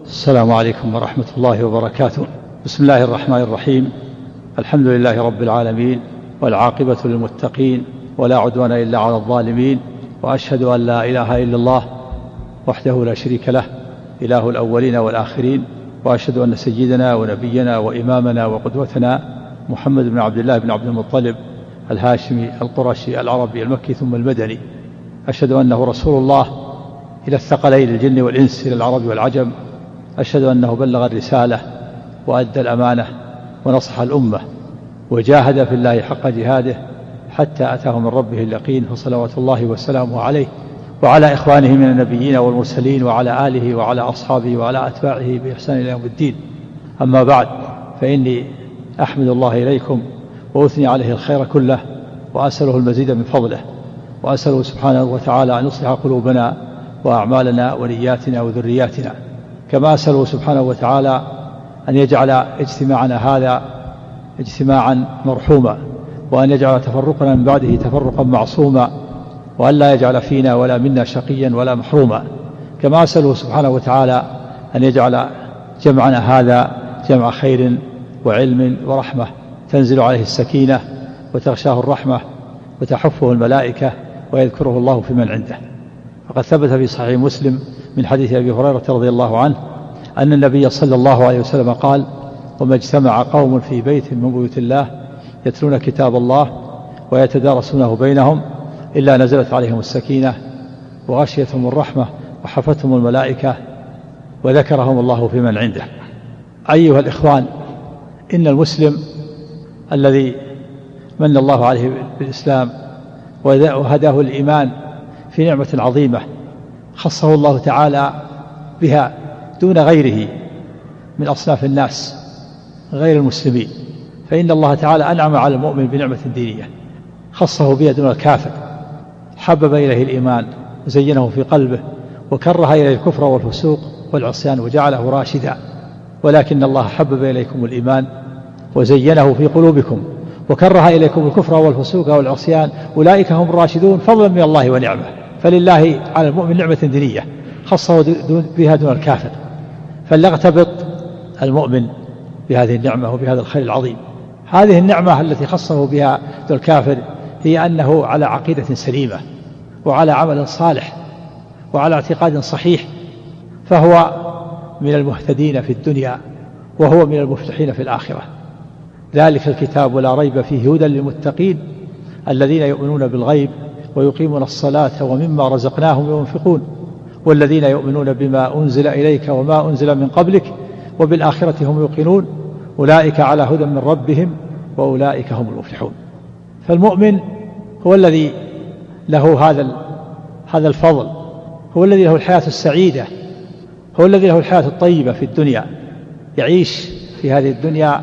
السلام عليكم ورحمة الله وبركاته. بسم الله الرحمن الرحيم. الحمد لله رب العالمين، والعاقبة للمتقين، ولا عدوان إلا على الظالمين، وأشهد أن لا إله إلا الله وحده لا شريك له، إله الأولين والآخرين، وأشهد أن سيدنا ونبينا وإمامنا وقدوتنا محمد بن عبد الله بن عبد المطلب الهاشمي القرشي العربي المكي ثم المدني، أشهد أنه رسول الله إلى الثقلين الجن والإنس، إلى العرب والعجم. أشهد أنه بلغ الرسالة وأدى الأمانة ونصح الأمة وجاهد في الله حق جهاده حتى أتاه من ربه اليقين، فصلوات الله وسلامه عليه وعلى إخوانه من النبيين والمرسلين وعلى آله وعلى أصحابه وعلى أتباعه بإحسان إلى يوم الدين. أما بعد، فإني أحمد الله إليكم وأثني عليه الخير كله، وأسأله المزيد من فضله، وأسأله سبحانه وتعالى أن يصلح قلوبنا وأعمالنا ونياتنا وذرياتنا، كما أسأله سبحانه وتعالى أن يجعل اجتماعنا هذا اجتماعا مرحوما، وأن يجعل تفرقنا من بعده تفرقا معصوما، وأن لا يجعل فينا ولا منا شقيا ولا محروما. كما أسأله سبحانه وتعالى أن يجعل جمعنا هذا جمع خير وعلم ورحمة تنزل عليه السكينة وتغشاه الرحمة وتحفه الملائكة ويذكره الله في من عنده. فقد ثبت في صحيح مسلم من حديث أبي هريرة رضي الله عنه أن النبي صلى الله عليه وسلم قال: وما اجتمع قوم في بيت من بيوت الله يتلون كتاب الله ويتدارسونه بينهم إلا نزلت عليهم السكينة وغشيتهم الرحمة وحفتهم الملائكة وذكرهم الله في من عنده. أيها الإخوان، إن المسلم الذي من الله عليه بالإسلام وهداه الإيمان في نعمة عظيمة خصه الله تعالى بها دون غيره من أصناف الناس غير المسلمين، فإن الله تعالى أنعم على المؤمن بنعمة دينية خصه بها دون الكافر، حبب إليه الإيمان وزينه في قلبه، وكره إليه الكفر والفسوق والعصيان وجعله راشدا. ولكن الله حبب إليكم الإيمان وزينه في قلوبكم وكره إليكم الكفر والفسوق والعصيان، أولئك هم الراشدون فضلا من الله ونعمة. فلله على المؤمن نعمة دينية خصه بها دون الكافر، فليغتبط المؤمن بهذه النعمة وبهذا الخير العظيم. هذه النعمة التي خصه بها دون الكافر هي أنه على عقيدة سليمة وعلى عمل صالح وعلى اعتقاد صحيح، فهو من المهتدين في الدنيا وهو من المفلحين في الآخرة. ذلك الكتاب ولا ريب فيه هدى للمتقين الذين يؤمنون بالغيب ويقيمون الصلاة ومما رزقناهم ينفقون والذين يؤمنون بما أنزل إليك وما أنزل من قبلك وبالآخرة هم يوقنون أولئك على هدى من ربهم وأولئك هم المفلحون. فالمؤمن هو الذي له هذا الفضل، هو الذي له الحياة السعيدة، هو الذي له الحياة الطيبة في الدنيا، يعيش في هذه الدنيا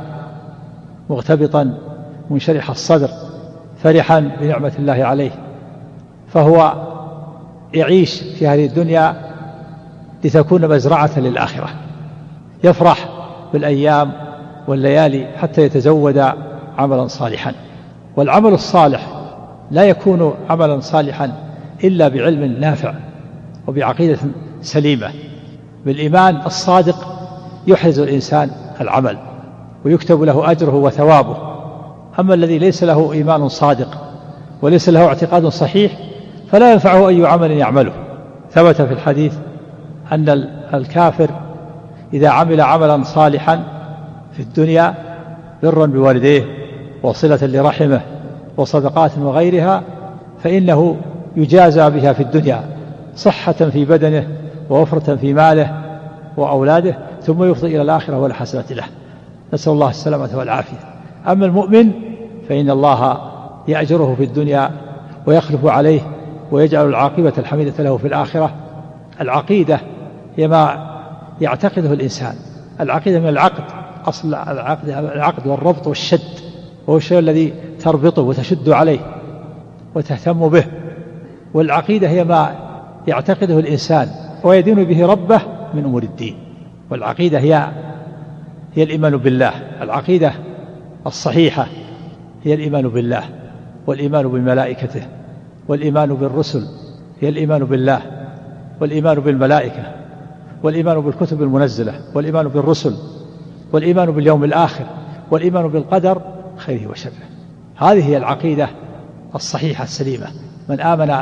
مغتبطا منشرح الصدر فرحا بنعمة الله عليه، فهو يعيش في هذه الدنيا لتكون مزرعة للآخرة، يفرح بالأيام والليالي حتى يتزود عملا صالحا. والعمل الصالح لا يكون عملا صالحا إلا بعلم نافع وبعقيدة سليمة. بالإيمان الصادق يحرز الإنسان العمل ويكتب له أجره وثوابه. أما الذي ليس له إيمان صادق وليس له اعتقاد صحيح فلا ينفعه أي عمل يعمله. ثبت في الحديث أن الكافر إذا عمل عملا صالحا في الدنيا برا بوالديه وصلة لرحمه وصدقات وغيرها فإنه يجازى بها في الدنيا صحة في بدنه ووفرة في ماله وأولاده، ثم يفضي إلى الآخرة ولا حسنة له، نسأل الله السلامة والعافية. أما المؤمن فإن الله يأجره في الدنيا ويخلف عليه ويجعل العاقبة الحميدة له في الآخرة. العقيدة هي ما يعتقده الإنسان، العقيدة من العقد، أصل العقد والربط والشد، وهو الشيء الذي تربطه وتشد عليه وتهتم به. والعقيدة هي ما يعتقده الإنسان ويدين به ربه من أمور الدين. والعقيدة هي الإيمان بالله. العقيدة الصحيحة هي الإيمان بالله والإيمان بملائكته والإيمان بالرسل، هي الإيمان بالله والإيمان بالملائكة والإيمان بالكتب المنزلة، والإيمان بالرسل، والإيمان باليوم الآخر، والإيمان بالقدر خيره وشره. هذه هي العقيدة الصحيحة السليمة. من آمن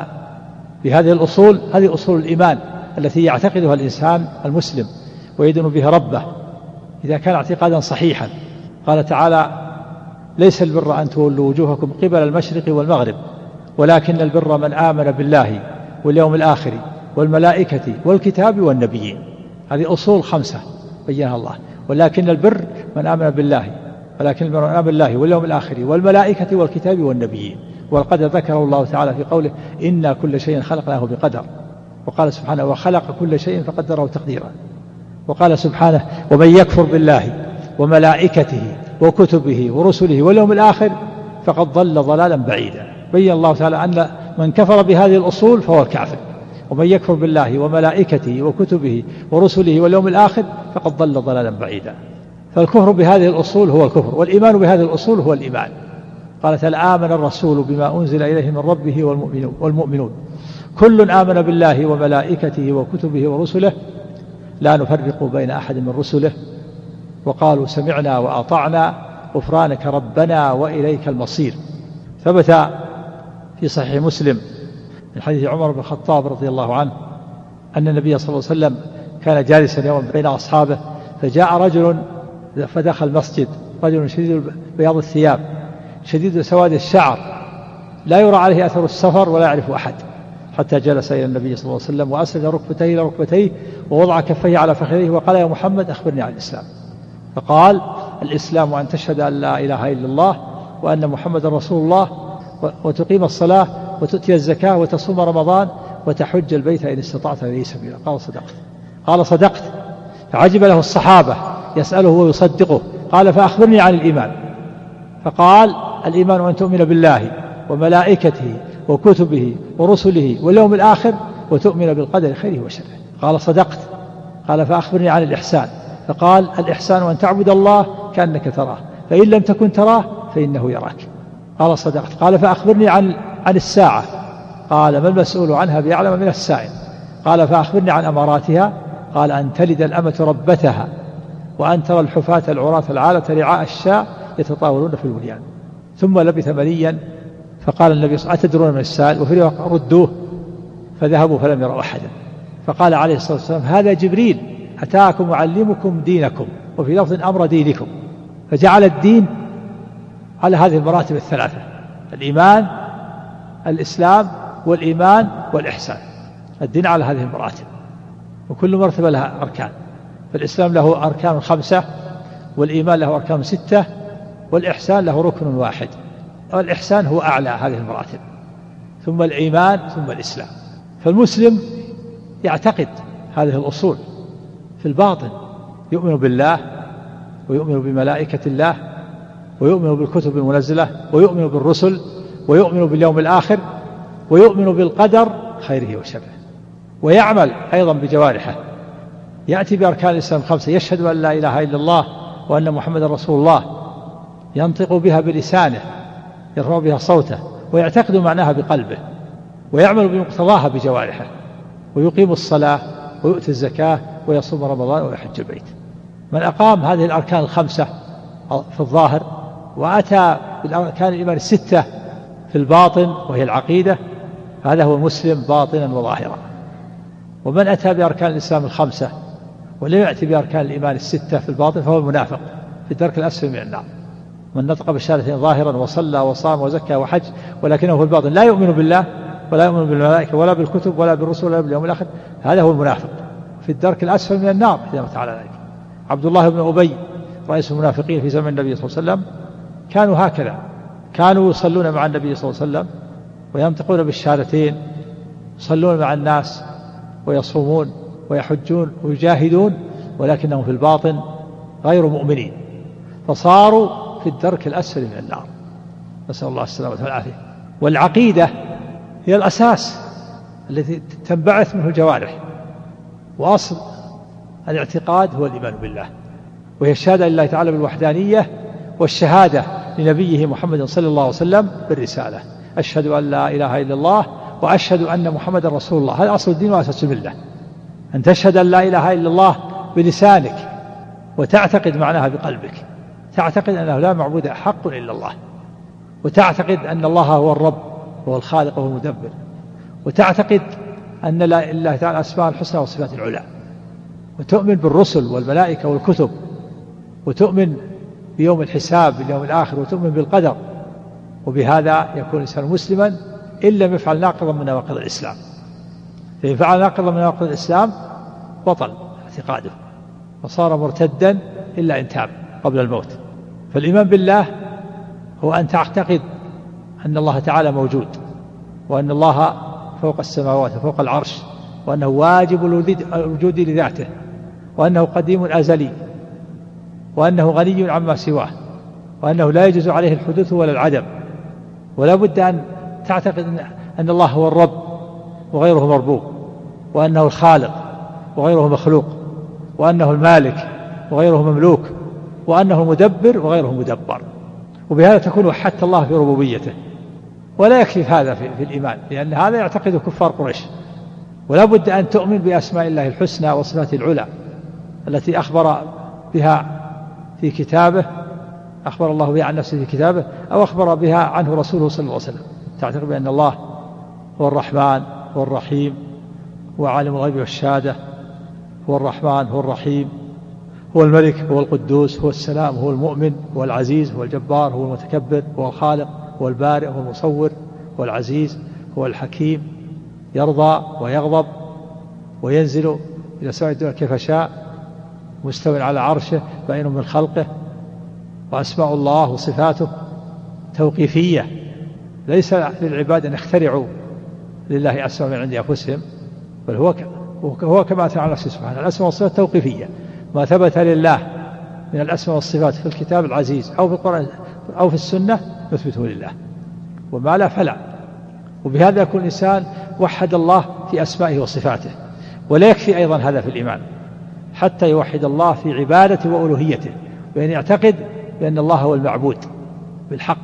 بهذه الأصول، هذه أصول الإيمان التي يعتقدها الإنسان المسلم ويدين بها ربه إذا كان اعتقادا صحيحا. قال تعالى: ليس البر أن تولوا وجوهكم قبل المشرق والمغرب ولكن البر من آمن بالله واليوم الآخر والملائكة والكتاب والنبيين. هذه أصول 5 بينها الله. ولكن البر من آمن بالله، ولكن البر من آمن بالله واليوم الآخر والملائكة والكتاب والنبيين. والقدر ذكره الله تعالى في قوله: إنا كل شيء خلقناه بقدر. وقال سبحانه: وخلق كل شيء فقدره تقديرا. وقال سبحانه: ومن يكفر بالله وملائكته وكتبه ورسله واليوم الآخر فقد ضل ضلالا بعيدا. بين الله تعالى أن من كفر بهذه الأصول فهو الكافر. ومن يكفر بالله وملائكته وكتبه ورسله واليوم الآخر فقد ضل ضلالا بعيدا. فالكفر بهذه الأصول هو الكفر، والإيمان بهذه الأصول هو الإيمان. قال تعالى: آمن الرسول بما أنزل إليه من ربه والمؤمنون كل آمن بالله وملائكته وكتبه ورسله لا نفرق بين أحد من رسله وقالوا سمعنا وأطعنا غفرانك ربنا وإليك المصير. ثبت في صحيح مسلم من حديث عمر بن الخطاب رضي الله عنه أن النبي صلى الله عليه وسلم كان جالسا يوما بين أصحابه فجاء رجل فدخل المسجد، رجل شديد بياض الثياب شديد سواد الشعر لا يرى عليه أثر السفر ولا يعرف أحد، حتى جلس إلى النبي صلى الله عليه وسلم وأسند ركبتيه إلى ركبتيه ووضع كفيه على فخذيه وقال: يا محمد أخبرني عن الإسلام. فقال: الإسلام أن تشهد أن لا إله إلا الله وأن محمد رسول الله وتقيم الصلاة وتؤتي الزكاة وتصوم رمضان وتحج البيت إن استطعت إليه سبيلا. قال: صدقت. فعجب له الصحابة يسأله ويصدقه. قال: فأخبرني عن الإيمان. فقال: الإيمان أن تؤمن بالله وملائكته وكتبه ورسله واليوم الآخر وتؤمن بالقدر خيره وشره. قال: صدقت. قال: فأخبرني عن الإحسان. فقال: الإحسان أن تعبد الله كأنك تراه فإن لم تكن تراه فإنه يراك. قال: صدقت. قال: فأخبرني عن الساعة. قال: ما المسؤول عنها بأعلم من السائل. قال: فأخبرني عن أماراتها. قال: أن تلد الأمة ربتها وأن ترى الحفاة العراة العالة رعاء الشاء يتطاولون في الوليان. ثم لبث مليا فقال النبي صلى الله عليه وسلم: أتدرون من السائل؟ وفي رواية: ردوه. فذهبوا فلم يروا أحدا. فقال عليه الصلاة والسلام: هذا جبريل أتاكم يعلمكم دينكم، وفي لفظ أمر دينكم. فجعل الدين على هذه المراتب الثلاثة: الإيمان، الإسلام، والإيمان والإحسان. الدين على هذه المراتب، وكل مرتبة لها أركان. فالإسلام له أركان 5، والإيمان له أركان 6، والإحسان له ركن واحد. والإحسان هو أعلى هذه المراتب، ثم الإيمان ثم الإسلام. فالمسلم يعتقد هذه الأصول في الباطن، يؤمن بالله ويؤمن بملائكة الله ويؤمن بالكتب المنزلة ويؤمن بالرسل ويؤمن باليوم الآخر ويؤمن بالقدر خيره وشره، ويعمل أيضا بجوارحه. يأتي بأركان الإسلام 5: يشهد أن لا إله إلا الله وأن محمد رسول الله، ينطق بها بلسانه، يرفع بها صوته، ويعتقد معناها بقلبه، ويعمل بمقتضاها بجوارحه، ويقيم الصلاة ويؤتي الزكاة ويصوم رمضان ويحج البيت. من أقام هذه الأركان 5 في الظاهر وأتى بالأركان الإيمان 6 في الباطن وهي العقيدة، هذا هو المسلم باطنا وظاهرا. ومن أتى بأركان الإسلام 5 ولم يأتي بأركان الإيمان 6 في الباطن فهو المنافق في الدرك الأسفل من النار. من نطق بالشهادتين ظاهرا وصلى وصام وزكى وحج ولكنه في الباطن لا يؤمن بالله ولا يؤمن بالملائكة ولا بالكتب ولا بالرسل ولا باليوم الآخر، هذا هو المنافق في الدرك الأسفل من النار إذا مات على ذلك. عبد الله بن أبي رئيس المنافقين في زمن النبي صلى الله عليه وسلم كانوا هكذا، كانوا يصلون مع النبي صلى الله عليه وسلم وينطقون بالشهادتين، يصلون مع الناس ويصومون ويحجون ويجاهدون، ولكنهم في الباطن غير مؤمنين، فصاروا في الدرك الأسفل من النار، نسأل الله السلامة والعافية. والعقيدة هي الأساس التي تنبعث منه الجوارح، وأصل الاعتقاد هو الإيمان بالله، وهي الشهادة لله تعالى بالوحدانية، والشهادة لنبيه محمد صلى الله عليه وسلم بالرسالة. أشهد أن لا إله إلا الله وأشهد أن محمد رسول الله، هذا أصل الدين وأساس الملة. أن تشهد أن لا إله إلا الله بلسانك وتعتقد معناها بقلبك، تعتقد أنه لا معبود حق إلا الله، وتعتقد أن الله هو الرب وهو الخالق وهو المدبر، وتعتقد أن الله تعالى أسماء الحسنى والصفات العلى، وتؤمن بالرسل والملائكة والكتب، وتؤمن بيوم الحساب باليوم الآخر، وتؤمن بالقدر. وبهذا يكون الإنسان مسلما إن لم يفعل ناقضا من نواقض الإسلام. فإن فعل ناقضا من نواقض الإسلام بطل اعتقاده وصار مرتدا إلا إن تاب قبل الموت. فالإيمان بالله هو أن تعتقد أن الله تعالى موجود، وأن الله فوق السماوات وفوق العرش، وأنه واجب الوجود لذاته، وأنه قديم أزلي، وأنه غني عما سواه، وأنه لا يجوز عليه الحدوث ولا العدم. ولا بد أن تعتقد أن الله هو الرب وغيره مربوب، وأنه الخالق وغيره مخلوق، وأنه المالك وغيره مملوك، وأنه المدبر وغيره مدبر. وبهذا تكون وحدت الله في ربوبيته. ولا يكفي هذا في الإيمان، لأن هذا يعتقد كفار قريش. ولا بد أن تؤمن بأسماء الله الحسنى وصفاته العلى التي أخبر بها في كتابه، أخبر الله بها عن نفسه في كتابه، أو أخبر بها عنه رسوله صلى الله عليه وسلم. تعتقد بأن الله هو الرحمن هو الرحيم، هو عالم الغيب والشهادة، هو الرحمن هو الرحيم، هو الملك هو القدوس، هو السلام هو المؤمن، هو العزيز هو الجبار، هو المتكبر، هو الخالق هو البارئ، هو المصور، هو العزيز، هو الحكيم، يرضى ويغضب وينزل إلى سماء الدنيا كيف شاء، مستوٍ على عرشه بين من خلقه. وأسماء الله وصفاته توقيفية، ليس للعباد أن يخترعوا لله أسماء من عند أنفسهم، بل هو كما أثنى على نفسه سبحانه. الأسماء والصفات توقيفية، ما ثبت لله من الأسماء والصفات في الكتاب العزيز أو في القرآن أو في السنة نثبته لله، وما لا فلا. وبهذا يكون الإنسان وحد الله في أسمائه وصفاته. ولا يكفي أيضا هذا في الإيمان، حتى يوحد الله في عبادته وألوهيته، وأن يعتقد بأن الله هو المعبود بالحق،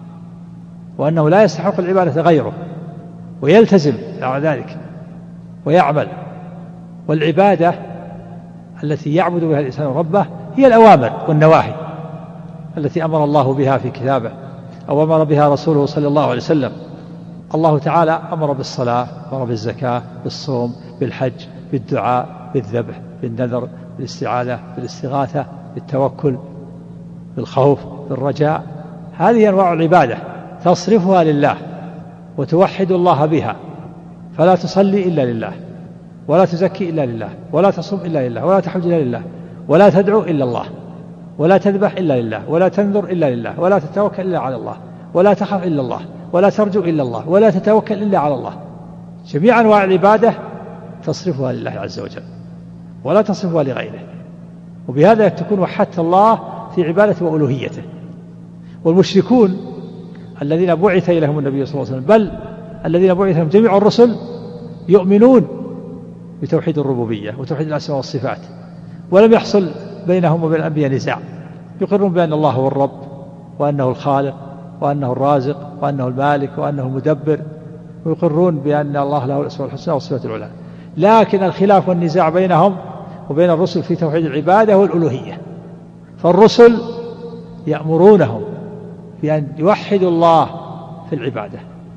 وأنه لا يستحق العبادة غيره، ويلتزم على ذلك ويعمل. والعبادة التي يعبد بها الإنسان ربه هي الأوامر والنواهي التي أمر الله بها في كتابه أو أمر بها رسوله صلى الله عليه وسلم. الله تعالى أمر بالصلاة، أمر بالزكاة، بالصوم، بالحج، بالدعاء، بالذبح، بالنذر، بالاستعاذة، بالاستغاثة، بالتوكل، بالخوف، بالرجاء. هذه أنواع العبادة تصرفها لله وتوحد الله بها، فلا تصلي إلا لله، ولا تزكي إلا لله، ولا تصوم إلا لله، ولا تحج إلا لله، ولا تدعو إلا الله، ولا تذبح إلا لله، ولا تنذر إلا لله، ولا تتوكل إلا على الله، ولا تخاف إلا الله، ولا ترجو إلا الله، ولا تتوكل إلا على الله. جميع أنواع العبادة تصرفها لله عز وجل، ولا تصرفها لغيره. وبهذا تكون وحدت الله في عبادته وألوهيته. والمشركون الذين بعث إليهم النبي صلى الله عليه وسلم، بل الذين بعث لهم جميع الرسل، يؤمنون بتوحيد الربوبية وتوحيد الأسماء والصفات، ولم يحصل بينهم وبين الأنبياء نزاع. يقرون بأن الله هو الرب، وأنه الخالق، وأنه الرازق، وأنه المالك، وأنه المدبر، ويقرون بأن الله له الأسماء الحسنى والصفات العلى. لكن الخلاف والنزاع بينهم وبين الرسل في توحيد العبادة والألوهية. فالرسل يأمرونهم بأن يوحدوا الله في العبادة،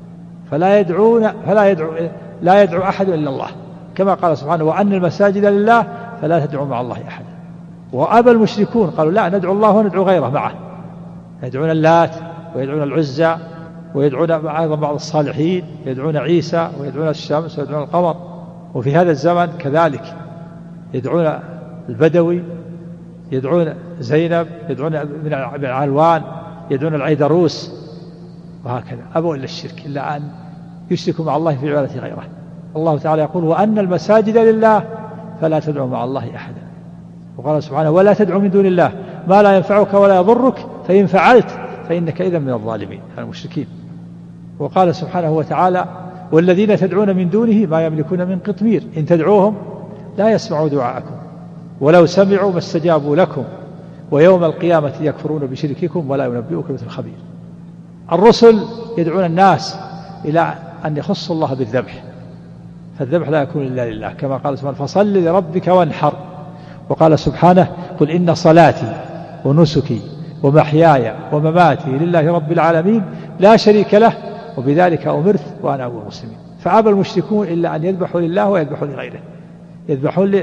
لا يدعو أحد إلا الله، كما قال سبحانه: وأن المساجد لله فلا تدعوا مع الله أحدا. وأبى المشركون، قالوا: لا، ندعو الله وندعو غيره معه، يدعون اللات ويدعون العزى، ويدعون أيضا بعض الصالحين، يدعون عيسى، ويدعون الشمس، ويدعون القمر. وفي هذا الزمن كذلك يدعون البدوي، يدعون زينب، يدعون ابن علوان، يدعون العيدروس، وهكذا. أبوا إلا الشرك، إلا أن يشركوا مع الله في عبادة غيره. الله تعالى يقول: وأن المساجد لله فلا تدعوا مع الله أحدا. وقال سبحانه: ولا تدعوا من دون الله ما لا ينفعك ولا يضرك فإن فعلت فإنك إذا من الظالمين، المشركين. وقال سبحانه وتعالى: والذين تدعون من دونه ما يملكون من قطمير إن تدعوهم لا يسمعوا دعاءكم ولو سمعوا ما استجابوا لكم ويوم القيامة يكفرون بشرككم ولا ينبئك مثل خبير. الرسل يدعون الناس إلى أن يخصوا الله بالذبح، فالذبح لا يكون إلا لله، كما قال سبحانه فصل لربك وانحر. وقال سبحانه قل إن صلاتي ونسكي ومحياي ومماتي لله رب العالمين لا شريك له وبذلك أمرت وأنا أول المسلمين. فأبى المشركون إلا أن يذبحوا لله ويذبحوا لغيره، يذبحون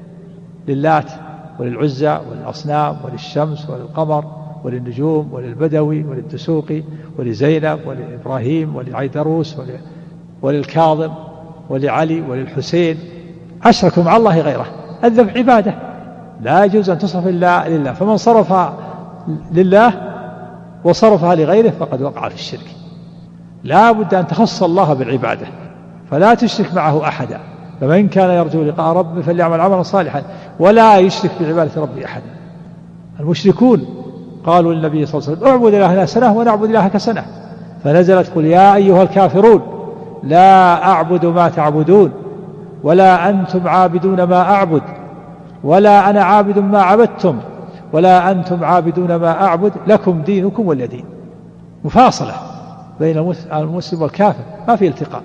للات وللعزى وللأصنام وللشمس وللقمر وللنجوم وللبدوي وللدسوقي ولزينب ولإبراهيم ولعيدروس وللكاظم ولعلي وللحسين، أشركوا مع الله غيره. الذبح عبادة لا يجوز أن تصرف إلا لله، فمن صرفها لله وصرفها لغيره فقد وقع في الشرك. لا بد أن تخص الله بالعبادة، فلا تشرك معه أحدا. فمن كان يرجو لقاء ربه فليعمل عملا صالحا ولا يشرك بعبادة ربه أحدا. المشركون قالوا للنبي صلى الله عليه وسلم اعبد إلهنا سنة ونعبد إلهك سنة، فنزلت قل يا أيها الكافرون لا أعبد ما تعبدون ولا أنتم عابدون ما أعبد ولا أنا عابد ما عبدتم ولا أنتم عابدون ما أعبد لكم دينكم ولي دين. مفاصلة بين المسلم والكافر، ما في التقاء.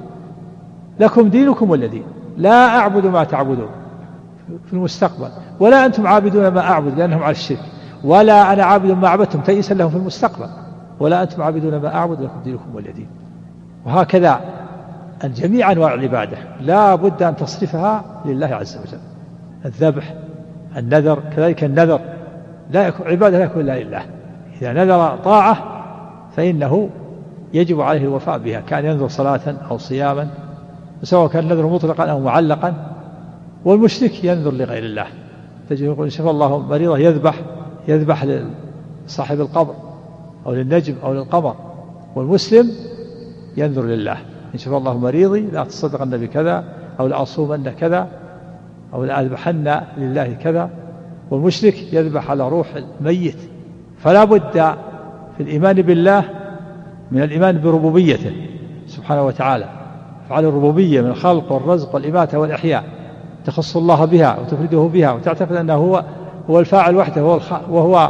لكم دينكم ولي دين، لا أعبد ما تعبدون في المستقبل ولا أنتم عابدون ما أعبد لأنهم على الشرك ولا أنا عابد ما عبدتم تيئسا لهم في المستقبل ولا أنتم عابدون ما أعبد لكم دينكم ولي دين. وهكذا جميع أنواع العبادة لا بد أن تصرفها لله عز وجل. الذبح، النذر، كذلك النذر لا يكون عبادة لا يكون إلا لله. إذا نذر طاعة فإنه يجب عليه الوفاء بها، كان ينذر صلاة أو صياما سواء كان النذر مطلقا أو معلقا. والمشرك ينذر لغير الله، تجد يقول إن شاء الله مريضة يذبح لصاحب القبر أو للنجم أو للقمر. والمسلم ينذر لله إن شاء الله مريضي لا تصدقن بكذا أو لأصومن كذا أو لأذبحن لله كذا. والمشرك يذبح على روح الميت. فلا بد في الإيمان بالله من الإيمان بربوبيته سبحانه وتعالى، أفعال الربوبية من الخلق والرزق والإماتة والإحياء تخص الله بها وتفرده بها وتعتقد أنه هو الفاعل وحده وهو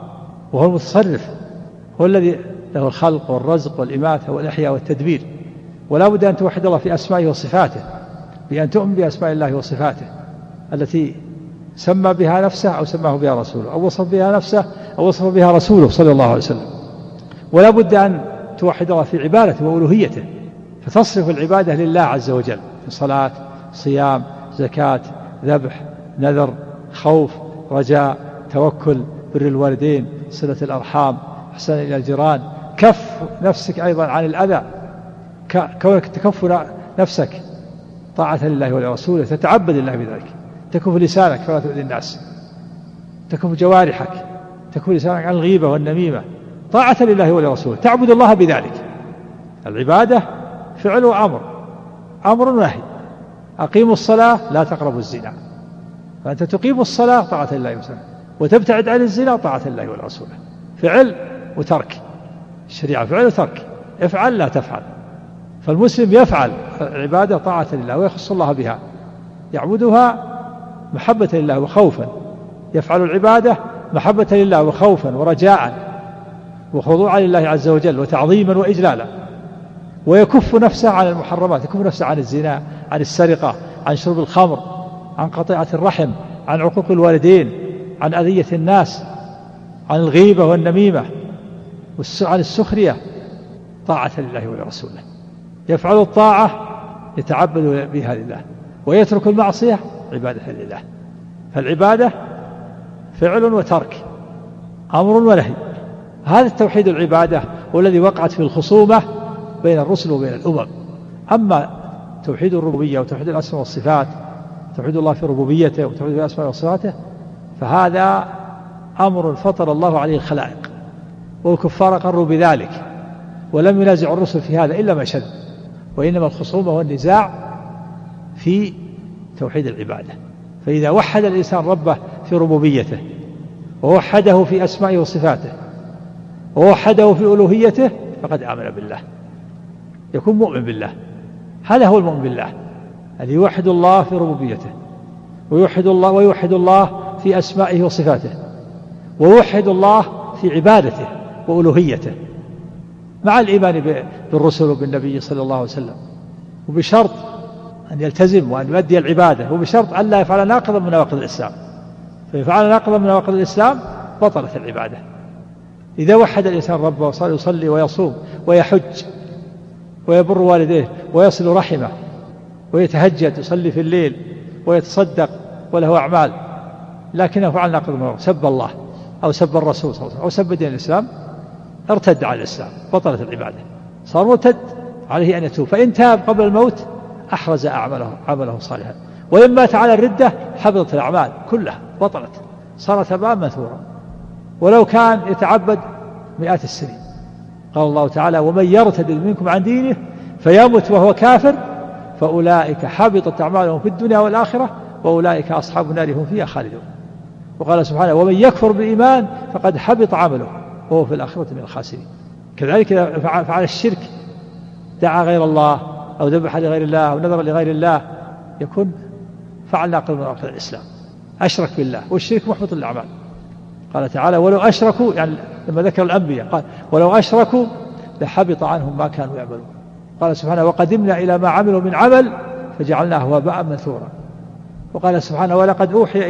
المتصرف، هو الذي له الخلق والرزق والإماتة والإحياء والتدبير. ولا بد أن توحد الله في أسمائه وصفاته بأن تؤمن بأسماء الله وصفاته التي سمى بها نفسه أو سماه بها رسوله أو وصف بها نفسه أو وصف بها رسوله صلى الله عليه وسلم. ولا بد أن توحد الله في عبادته وألوهيته، فتصرف العبادة لله عز وجل في صلاة، صيام، زكاة، ذبح، نذر، خوف، رجاء، توكل، بر الوالدين، صلة الأرحام، إحسان إلى الجيران، كف نفسك أيضا عن الأذى، كونك تكف نفسك طاعة لله ولرسوله، تتعبد الله بذلك، تكف لسانك فلا تؤذي الناس، تكف جوارحك، تكف لسانك عن الغيبة والنميمة، طاعة لله ولرسوله، تعبد الله بذلك. العبادة فعل وأمر، أمر ونهي. أقيموا الصلاة لا تقربوا الزنا، فأنت تقيم الصلاة طاعة لله وسلم وتبتعد عن الزنا طاعة الله ورسوله. فعل وترك، الشريعة فعل وترك، افعل لا تفعل. فالمسلم يفعل العبادة طاعة لله ويخص الله بها، يعبدها محبة لله وخوفا، يفعل العبادة محبة لله وخوفا ورجاء وخضوعا لله عز وجل وتعظيما وإجلالا. ويكف نفسه عن المحرمات، يكف نفسه عن الزنا، عن السرقة، عن شرب الخمر، عن قطيعة الرحم، عن عقوق الوالدين، عن أذية الناس، عن الغيبة والنميمة، عن السخرية، طاعة لله ولرسوله. يفعل الطاعة يتعبد بها لله، ويترك المعصية عبادة لله. فالعبادة فعل وترك، أمر ونهي. هذا التوحيد العبادة هو الذي وقعت في الخصومة بين الرسل وبين الأمم. أما توحيد الربوبية وتوحيد الأسماء والصفات، توحيد الله في ربوبيته وتوحيد الأسماء وصفاته، فهذا أمر فطر الله عليه الخلائق، والكفار قروا بذلك ولم ينازع الرسل في هذا إلا ما شد. وإنما الخصومة والنزاع في توحيد العبادة. فإذا وحد الإنسان ربه في ربوبيته ووحده في أسمائه وصفاته ووحده في ألوهيته فقد آمن بالله، يكون مؤمن بالله. هذا هو المؤمن بالله الذي يوحد الله في ربوبيته ويوحد الله في أسمائه وصفاته ويوحد الله في عبادته وألوهيته، مع الإيمان بالرسل وبالنبي صلى الله عليه وسلم، وبشرط أن يلتزم وأن يؤدي العبادة، وبشرط أن لا يفعل ناقضا من نواقض الإسلام. فيفعل ناقضا من نواقض الإسلام بطلت العبادة. إذا وحد الإنسان ربه وصار يصلي ويصوم ويحج ويبر والديه ويصل رحمه ويتهجد يصلي في الليل ويتصدق وله أعمال، لكنه فعل ناقض من نواقض، سب الله أو سب الرسول صلى الله عليه وسلم أو سب دين الإسلام، ارتد على الإسلام، بطلت العبادة، صار مرتد، عليه أن يتوب. فإن تاب قبل الموت أحرز عمله صالحا، وإن مات على الردة حبطت الأعمال كلها، بطلت، صارت هباء منثورا ولو كان يتعبد مئات السنين. قال الله تعالى: ومن يرتد منكم عن دينه فيمت وهو كافر فأولئك حبطت أعمالهم في الدنيا والآخرة وأولئك أصحاب النار هم فيها خالدون. وقال سبحانه: ومن يكفر بالإيمان فقد حبط عمله وهو في الآخرة من الخاسرين. كذلك إذا فعل الشرك، دعا غير الله أو ذبح لغير الله أو نذر لغير الله، يكون فعل ناقض من نواقض الإسلام، أشرك بالله، والشرك محبط الأعمال. قال تعالى: ولو أشركوا، يعني لما ذكر الأنبياء قال: ولو أشركوا لحبط عنهم ما كانوا يعملون. قال سبحانه: وقدمنا إلى ما عملوا من عمل فجعلناه هباء منثورا. وقال سبحانه: ولقد أوحي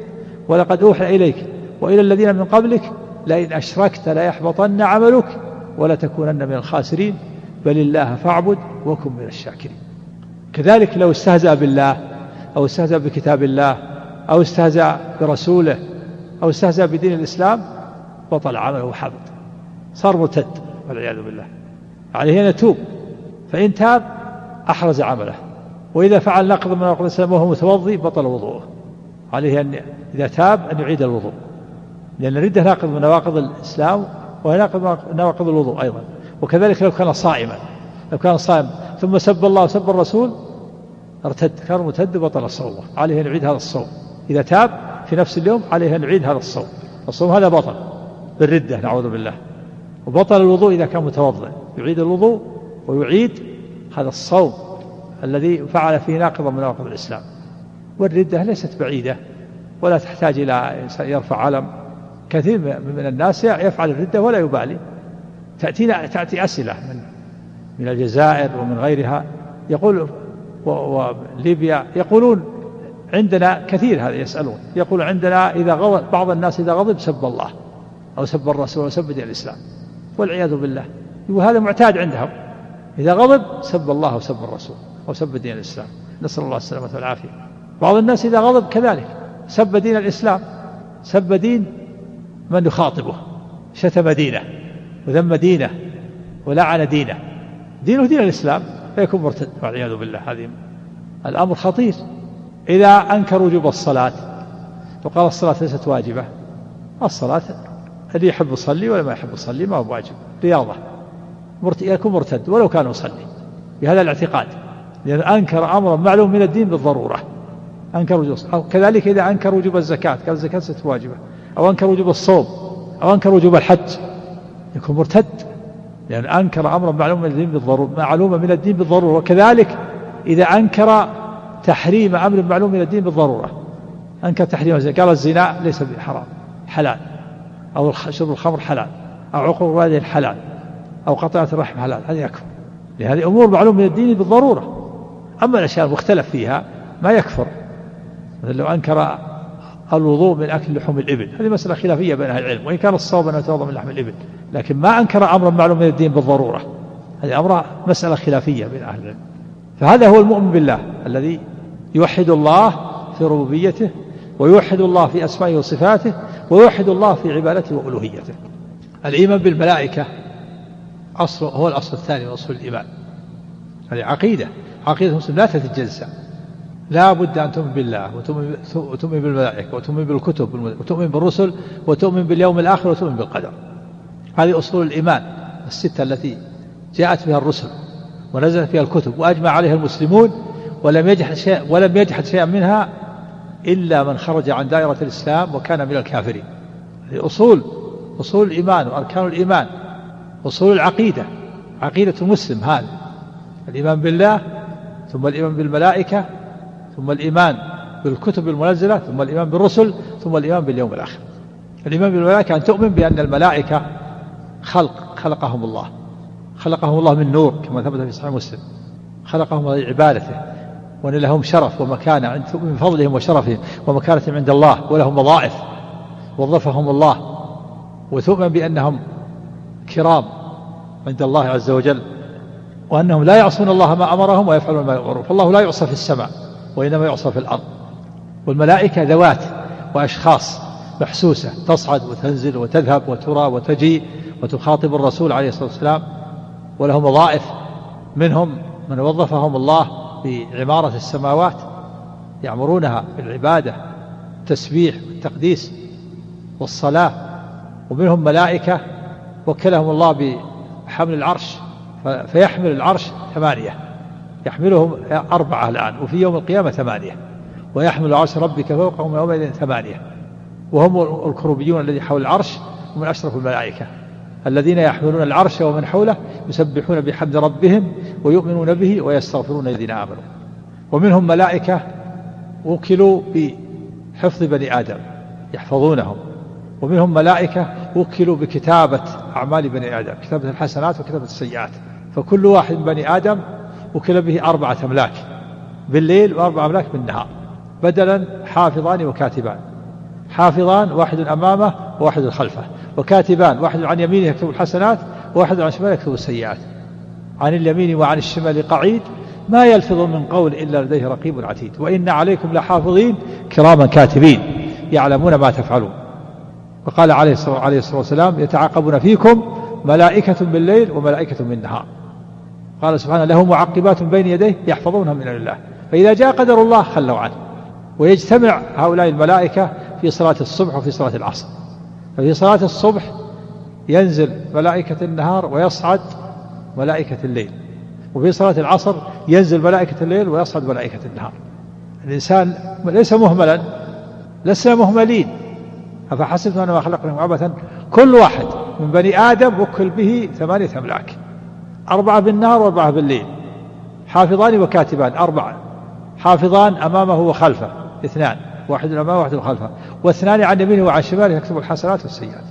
إليك وإلى الذين من قبلك لئن أشركت ليحبطن عملك ولتكونن من الخاسرين بل الله فاعبد وكن من الشاكرين. كذلك لو استهزأ بالله أو استهزأ بكتاب الله أو استهزأ برسوله أو استهزأ بدين الإسلام بطل عمله وحبط، صار مرتد والعياذ بالله. عليه أن يتوب، فإن تاب أحرز عمله. وإذا فعل نقض من نواقض الإسلام وهو متوضي بطل وضوءه، عليه أن إذا تاب أن يعيد الوضوء، لأن الردة ناقض من نواقض الإسلام وهي ناقض من نواقض الوضوء أيضا. وكذلك لو كان صائما، ثم سب الله وسب الرسول ارتد، كان مرتد بطل صومه، عليه أن يعيد هذا الصوم. إذا تاب في نفس اليوم عليه أن يعيد هذا الصوم. الصوم هذا بطل بالردة نعوذ بالله. وبطل الوضوء إذا كان متوضئ، يعيد الوضوء ويعيد هذا الصوم الذي فعل فيه ناقضا من نواقض الإسلام. والردة ليست بعيدة ولا تحتاج إلى يرفع علم. كثير من الناس يفعل الردة ولا يبالي. تأتي أسئلة من الجزائر ومن غيرها، يقول وليبيا، يقولون عندنا كثير هذا، يسألون يقول عندنا إذا غضب بعض الناس إذا غضب سب الله أو سب الرسول أو سب دين الإسلام، والعياذ بالله. وهذا معتاد عندهم، إذا غضب سب الله أو سب الرسول أو سب دين الإسلام، نسأل الله السلامة والعافية. بعض الناس إذا غضب كذلك سب دين الإسلام، سب دين من يخاطبه، شتم دينه وذم دينه ولعن دينه، دينه دين الإسلام، فيكون مرتد والعياذ بالله. هذه الأمر خطير. إذا أنكر وجوب الصلاة وقال الصلاة ليست واجبة، الصلاة اللي يحب يصلي ولا ما يحب يصلي ما هو واجب، رياضة، يكون مرتد ولو كان يصلي بهذا الاعتقاد، لأن أنكر أمرا معلوم من الدين بالضرورة، أنكر وجوب. أو كذلك إذا أنكر وجوب الزكاة، قال الزكاة ليست واجبة، أو أنكر وجوب الصوم، أو أنكر وجوب الحج، يكون مرتد، لأن أنكر أمرا معلوم من الدين بالضرورة، معلومة من الدين بالضرورة. وكذلك إذا أنكر تحريم أمر معلوم من الدين بالضرورة، أنكر تحريم الزنا، قال الزنا ليس بحرام حلال، أو شرب الخمر حلال، أو عقوق الوالدين حلال، أو قطيعة الرحم حلال، هذه يكفر، لهذه أمور معلوم من الدين بالضرورة. أما الأشياء المختلف فيها ما يكفر، مثل لو أنكر الوضوء من أكل لحوم الإبل، هذه مسألة خلافية بين أهل العلم، وإن كان الصواب أن يتوضأ من لحم الإبل، لكن ما أنكر أمرا معلوم من الدين بالضرورة، هذه أمر مسألة خلافية بين أهل العلم. فهذا هو المؤمن بالله الذي يوحد الله في ربوبيته، ويوحد الله في أسمائه وصفاته، ويوحد الله في عبادته وألوهيته. الإيمان بالملائكة هو الأصل الثاني من أصول الإيمان. هذه عقيدة المسلم لا تتجزأ، لا بد أن تؤمن بالله وتؤمن بالملائكة وتؤمن بالكتب وتؤمن بالرسل وتؤمن باليوم الآخر وتؤمن بالقدر. هذه أصول الإيمان الستة التي جاءت بها الرسل ونزلت فيها الكتب وأجمع عليها المسلمون، ولم يجحد شيئا منها إلا من خرج عن دائرة الإسلام وكان من الكافرين. هذه أصول الإيمان وأركان الإيمان، أصول العقيدة، عقيدة المسلم هذا الإيمان بالله، ثم الإيمان بالملائكة، ثم الإيمان بالكتب المنزلة، ثم الإيمان بالرسل، ثم الإيمان باليوم الآخر. الإيمان بالملائكة أن تؤمن بأن الملائكة خلقهم الله من نور كما ثبت في صحيح مسلم، خلقهم لعبادته، وأن لهم شرف ومكانة من فضلهم وشرفهم ومكانتهم عند الله، ولهم وظائف وظفهم الله، وتؤمن بأنهم كرام عند الله عز وجل، وأنهم لا يعصون الله ما أمرهم ويفعلون ما يؤمرون. فالله لا يعصى في السماء وإنما يعصى في الأرض. والملائكة ذوات وأشخاص محسوسة تصعد وتنزل وتذهب وترى وتجيء وتخاطب الرسول عليه الصلاة والسلام، ولهم وظائف، منهم من وظفهم الله بعمارة السماوات يعمرونها بالعبادة التسبيح والتقديس والصلاة، ومنهم ملائكة وكلهم الله بحمل العرش فيحمل العرش 8، يحملهم 4 الآن، وفي يوم القيامة 8، ويحمل عرش ربك فوقهم يومئذ 8، وهم الكروبيون الذي حول العرش ومن أشرف الملائكة الذين يحملون العرش ومن حوله يسبحون بحمد ربهم ويؤمنون به ويستغفرون الذين آمنوا. ومنهم ملائكة وكلوا بحفظ بني آدم يحفظونهم، ومنهم ملائكة وكلوا بكتابة أعمال بني آدم، كتابة الحسنات وكتابة السيئات. فكل واحد من بني آدم وكل به 4 أملاك بالليل و4 أملاك بالنهار، بدلا حافظان وكاتبان، حافظان واحد أمامه وواحد خلفه، وكاتبان واحد عن يمينه يكتب الحسنات وواحد عن شماله يكتب السيئات. عن اليمين وعن الشمال قعيد ما يلفظ من قول إلا لديه رقيب عتيد، وإن عليكم لحافظين كراما كاتبين يعلمون ما تفعلون. وقال عليه الصلاة والسلام يتعاقبون فيكم ملائكة بالليل وملائكة بالنهار. قال سبحانه له معقبات بين يديه يحفظونها من الله، فإذا جاء قدر الله خلوا عنه. ويجتمع هؤلاء الملائكة في صلاة الصبح وفي صلاة العصر. ففي صلاة الصبح ينزل ملائكة النهار ويصعد ملائكة الليل، وفي صلاة العصر ينزل ملائكة الليل ويصعد ملائكة النهار. الإنسان ليس مهملا، لسنا مهملين. أفحسبتم أنما خلقناكم عبثا، كل واحد من بني آدم وكل به 8 أملاك، 4 بالنهار و4 بالليل، حافظان وكاتبان 4، حافظان أمامه وخلفه 2، واحد أمامه وواحد خلفه، و2 عن يمينه وعن شماله يكتب الحسنات والسيئات.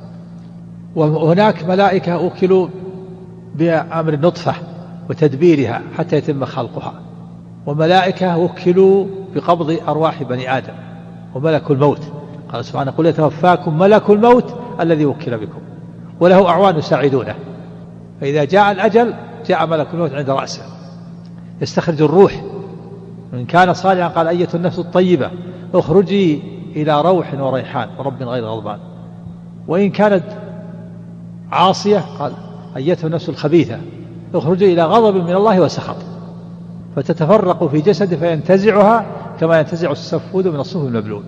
وهناك ملائكة وكلوا بأمر النطفة وتدبيرها حتى يتم خلقها، وملائكة وكلوا بقبض أرواح بني آدم، وملك الموت قال سبحانه قل يتوفاكم ملك الموت الذي وكل بكم وله أعوان يساعدونه. فإذا جاء الأجل جاء ملك الموت عند رأسه يستخرج الروح، وإن كان صالحا قال أيتها النفس الطيبة اخرجي إلى روح وريحان ورب غير غضبان، وإن كانت عاصية قال أيتها النفس الخبيثة اخرجي إلى غضب من الله وسخط، فتتفرق في جسده فينتزعها كما ينتزع السفود من الصوف المبلول.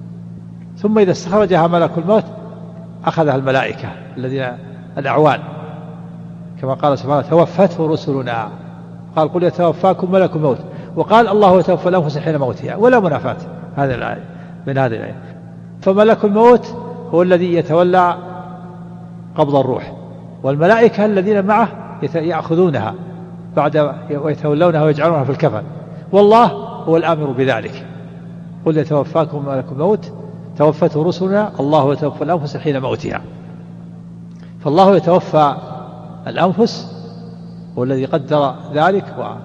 ثم إذا استخرجها ملك الموت أخذها الملائكة الذين الأعوان، كما قال سبحانه توفته رسلنا، قال قل يتوفاكم ملك الموت، وقال الله يتوفى الأنفس حين موتها، ولا منافاة هذه الآية من هذه الآية. فملك الموت هو الذي يتولى قبض الروح، والملائكة الذين معه يأخذونها بعد ويتولونها ويجعلونها في الكفن، والله هو الآمر بذلك. قل يتوفاكم ملك الموت توفته رسلنا الله يتوفى الأنفس حين موتها. فالله يتوفى الأنفس هو الذي قدر ذلك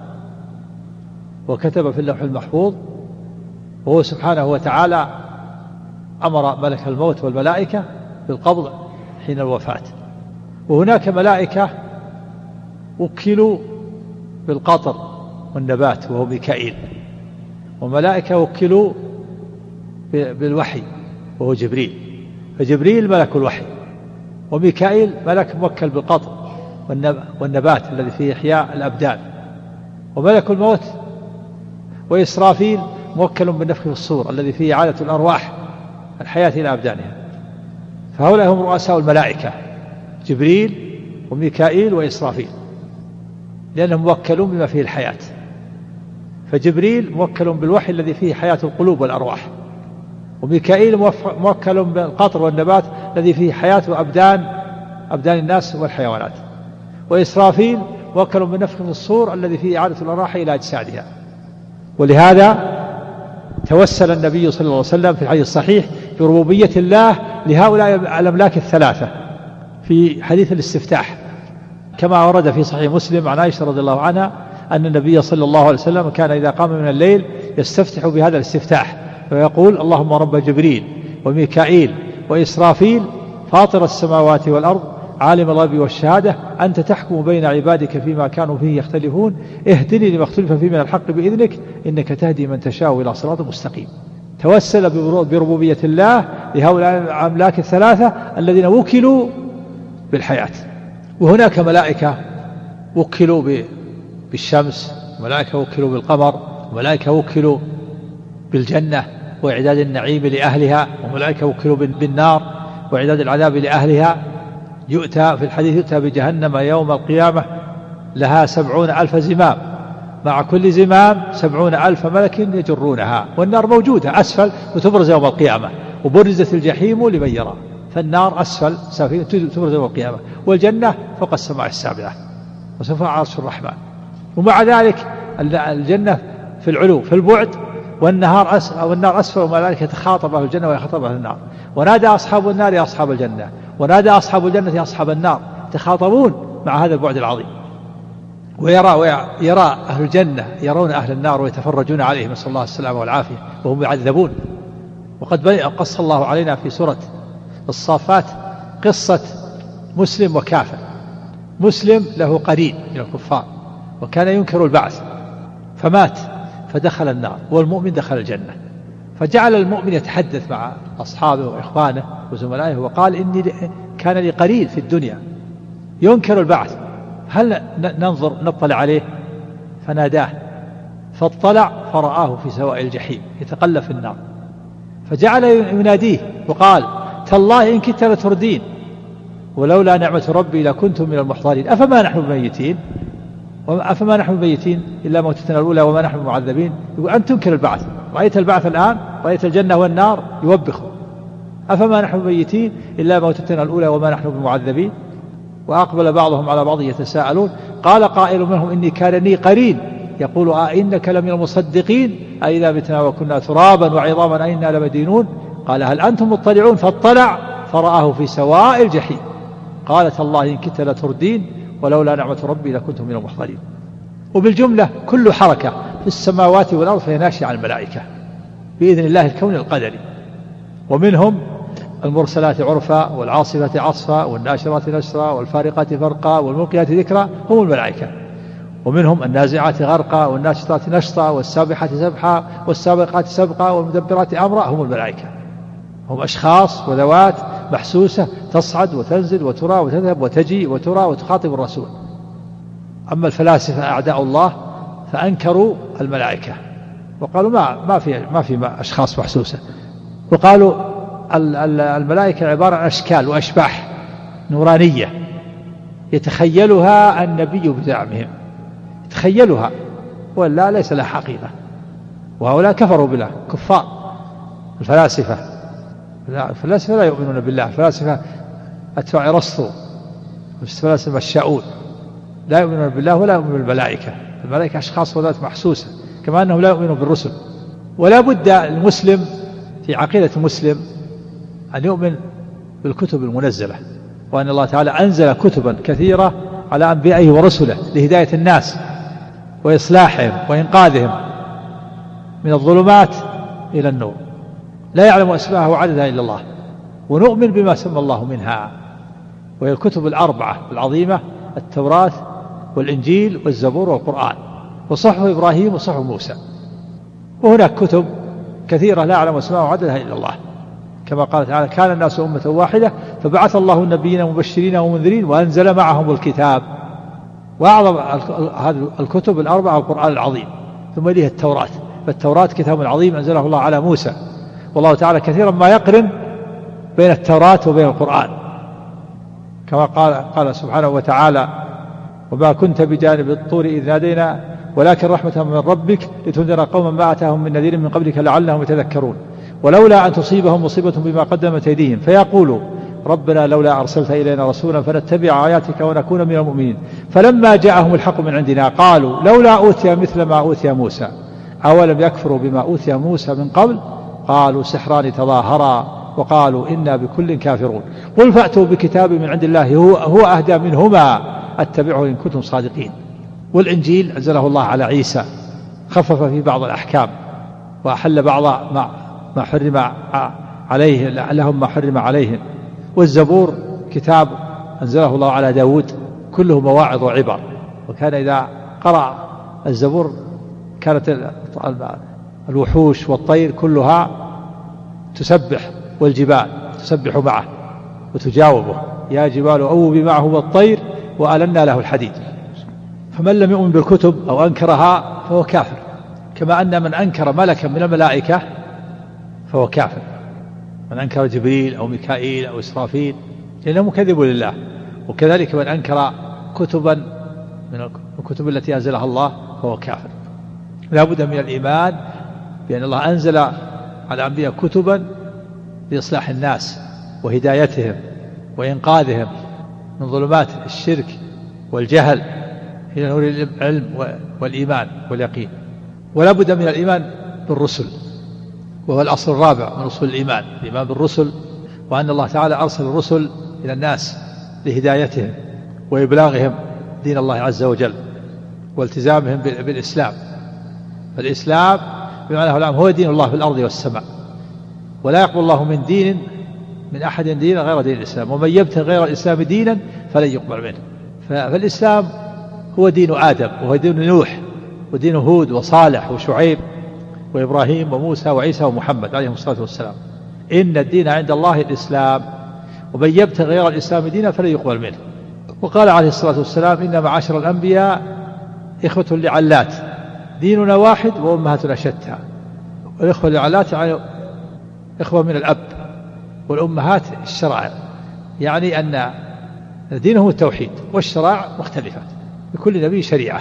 وكتب في اللوح المحفوظ، وهو سبحانه وتعالى أمر ملك الموت والملائكة بالقبض حين الوفاة. وهناك ملائكة وكلوا بالقطر والنبات وهو ميكائيل، وملائكة وكلوا بالوحي وهو جبريل، فجبريل ملك الوحي، وميكائيل ملك موكل بالقطر والنبات الذي فيه إحياء الأبدان، وملك الموت وإسرافيل موكل بالنفخ في الصور الذي فيه إعادة الأرواح الحياة إلى أبدانها. فهؤلاء هم رؤساء الملائكة جبريل وميكائيل وإسرافيل، لأنهم موكلون بما فيه الحياة. فجبريل موكل بالوحي الذي فيه حياة القلوب والأرواح، وميكائيل موكل بالقطر والنبات الذي فيه حياة أبدان الناس والحيوانات، وإسرافيل موكل بالنفخ في الصور الذي فيه إعادة الأرواح إلى أجسادها. ولهذا توسل النبي صلى الله عليه وسلم في الحديث الصحيح بربوبية الله لهؤلاء الأملاك الثلاثة في حديث الاستفتاح، كما ورد في صحيح مسلم عن عائشة رضي الله عنها أن النبي صلى الله عليه وسلم كان إذا قام من الليل يستفتح بهذا الاستفتاح ويقول اللهم رب جبريل وميكائيل وإسرافيل فاطر السماوات والأرض عالم الغيب والشهادة أنت تحكم بين عبادك فيما كانوا فيه يختلفون اهدني لما اختلف فيه من الحق بإذنك إنك تهدي من تشاء إلى صراط مستقيم. توسل بربوبية الله لهؤلاء الأملاك الثلاثة الذين وكلوا بالحياة. وهناك ملائكة وكلوا بالشمس، وملائكة وكلوا بالقمر، وملائكة وكلوا بالجنة وإعداد النعيم لأهلها، وملائكة وكلوا بالنار وإعداد العذاب لأهلها. يؤتى في الحديث يؤتى بجهنم يوم القيامة لها 70,000 زمام، مع كل زمام 70,000 ملك يجرونها، والنار موجودة أسفل وتبرز يوم القيامة، وبرزت الجحيم لمن يرى، فالنار أسفل سافلة تبرز يوم القيامة، والجنة فوق السماء السابعة وسوف عرش الرحمن. ومع ذلك الجنة في العلو في البعد، والنار أسفل، والملائكة تخاطب أهل الجنة ويخاطب أهل النار. ونادى أصحاب النار يا أصحاب الجنة، ونادى أصحاب الجنة يا أصحاب النار، تخاطبون مع هذا البعد العظيم. ويرى أهل الجنة يرون أهل النار ويتفرجون عليهم، نسأل الله السلامة والعافية، وهم يعذبون. وقد قص الله علينا في سورة الصافات قصة مسلم وكافر. مسلم له قرين من الكفار وكان ينكر البعث فمات فدخل النار، والمؤمن دخل الجنة. فجعل المؤمن يتحدث مع أصحابه وإخوانه وزملائه وقال إني كان لي قرين في الدنيا ينكر البعث، هل نطلع عليه؟ فناداه فاطلع فرآه في سواء الجحيم يتقلب في النار، فجعل يناديه وقال تالله إن كدت لتردين ولولا نعمة ربي لكنتم من المحضرين أفما نحن بميتين إلا موتتنا الأولى وما نحن معذبين. يقول أنت تنكر البعث، رأيت البعث الآن، رأيت الجنة والنار، يوبخوا أفما نحن بميتين إلا موتتنا الأولى وما نحن بمعذبين. وأقبل بعضهم على بعض يتساءلون قال قائل منهم إني كان لي قرين يقول إنك لمن المصدقين أئذا متنا وكنا ترابا وعظاما أئنا لمدينون. قال هل أنتم مطلعون؟ فاطلع فرآه في سواء الجحيم قالت الله إن كدت لتردين ولولا نعمة ربي لكنتم من المحضرين. وبالجملة كل حركة في السماوات والأرض فهي ناشئة عن الملائكة بإذن الله الكون القدري. ومنهم المرسلات عرفا والعاصفات عصفا والناشرات نشرا والفارقات فرقا والملقيات ذكرا هم الملائكة. ومنهم النازعات غرقا والناشطات نشطا والسابحات سبحا والسابقات سبقا والمدبرات أمرا هم الملائكة. هم أشخاص وذوات محسوسة تصعد وتنزل وترى وتذهب وتجي وترى وتخاطب الرسول. أما الفلاسفة أعداء الله فأنكروا الملائكة وقالوا ما في أشخاص محسوسة، وقالوا الملائكة عبارة عن أشكال وأشباح نورانية يتخيلها النبي بزعمهم، يتخيلها ولا ليس لها حقيقة. وهؤلاء كفروا بالله كفار الفلاسفة. الفلاسفة لا يؤمنون بالله، الفلاسفة أتباع أرسطو والفلاسفة الشاؤون لا يؤمنون بالله ولا يؤمنون بالملائكة. الملائكة أشخاص وذات محسوسة كما أنهم لا يؤمنون بالرسل. ولا بد المسلم في عقيدة المسلم أن يؤمن بالكتب المنزلة، وأن الله تعالى أنزل كتبا كثيرة على أنبيائه ورسله لهداية الناس وإصلاحهم وإنقاذهم من الظلمات إلى النور، لا يعلم أسماءها وعددها إلا الله. ونؤمن بما سمى الله منها، وهي الكتب الأربعة العظيمة: التوراة والإنجيل والزبور والقرآن وصحف إبراهيم وصحف موسى. وهناك كتب كثيرة لا يعلم أسماءها وعددها إلا الله، كما قال تعالى: كان الناس أمة واحدة فبعث الله النبيين مبشرين ومنذرين وأنزل معهم الكتاب. وأعظم هذه الكتب الأربعة القرآن العظيم، ثم إليه التوراة. فالتوراة كتاب عظيم أنزله الله على موسى، والله تعالى كثيرا ما يقرن بين التوراة وبين القرآن، كما قال سبحانه وتعالى: وما كنت بجانب الطور إذ نادينا ولكن رحمة من ربك لتنذر قوما ما أتاهم من نذير من قبلك لعلهم يتذكرون ولولا أن تصيبهم مصيبة بما قدمت أيديهم فيقولوا ربنا لولا أرسلت إلينا رسولا فنتبع آياتك ونكون من المؤمنين فلما جاءهم الحق من عندنا قالوا لولا أوتي مثل ما أوتي موسى أولم يكفروا بما أوتي موسى من قبل قالوا سحران تظاهرا وقالوا إنا بكل كافرون قل فأتوا بكتاب من عند الله هو أهدى منهما أتبعه إن كنتم صادقين. والإنجيل أنزله الله على عيسى، خفف في بعض الأحكام وأحل بعض ما حرم عليه لهم ما حرم عليهم. والزبور كتاب أنزله الله على داود كله مواعظ وعبر، وكان إذا قرأ الزبور كانت الوحوش والطير كلها تسبح، والجبال تسبح معه وتجاوبه، يا جبال أوبي معه والطير وألنا له الحديد. فمن لم يؤمن بالكتب أو أنكرها فهو كافر، كما أن من أنكر ملكا من الملائكة فهو كافر، من أنكر جبريل أو ميكائيل أو إسرافيل لأنه مكذب لله. وكذلك من أنكر كتبا من الكتب التي أنزلها الله فهو كافر. لا بد من الإيمان بأن الله أنزل على الأنبياء كتبا لإصلاح الناس وهدايتهم وإنقاذهم من ظلمات الشرك والجهل إلى نور العلم والإيمان واليقين. ولا بد من الإيمان بالرسل، وهو الأصل الرابع من أصول الإيمان، الإيمان بالرسل، وأن الله تعالى أرسل الرسل إلى الناس لهدايتهم وإبلاغهم دين الله عز وجل والتزامهم بالإسلام. فالإسلام بمعنى العام هو دين الله في الأرض والسماء، ولا يقبل الله من دين من أحد دينا غير دين الإسلام، ومن يبتغي غير الإسلام دينا فلن يقبل منه. فالإسلام هو دين آدم، وهو دين نوح، ودين هود وصالح وشعيب وإبراهيم وموسى وعيسى ومحمد عليهم الصلاة والسلام. إن الدين عند الله الإسلام، ومن يبتغي غير الإسلام دينا فلن يقبل منه. وقال عليه الصلاة والسلام إن معاشر الأنبياء إخوة لعلات، ديننا واحد وأمهاتنا شتى. والإخوة لعلات يعني إخوة من الأب، والأمهات الشرائع، يعني أن دينهم التوحيد والشرائع مختلفة، لكل نبي شريعة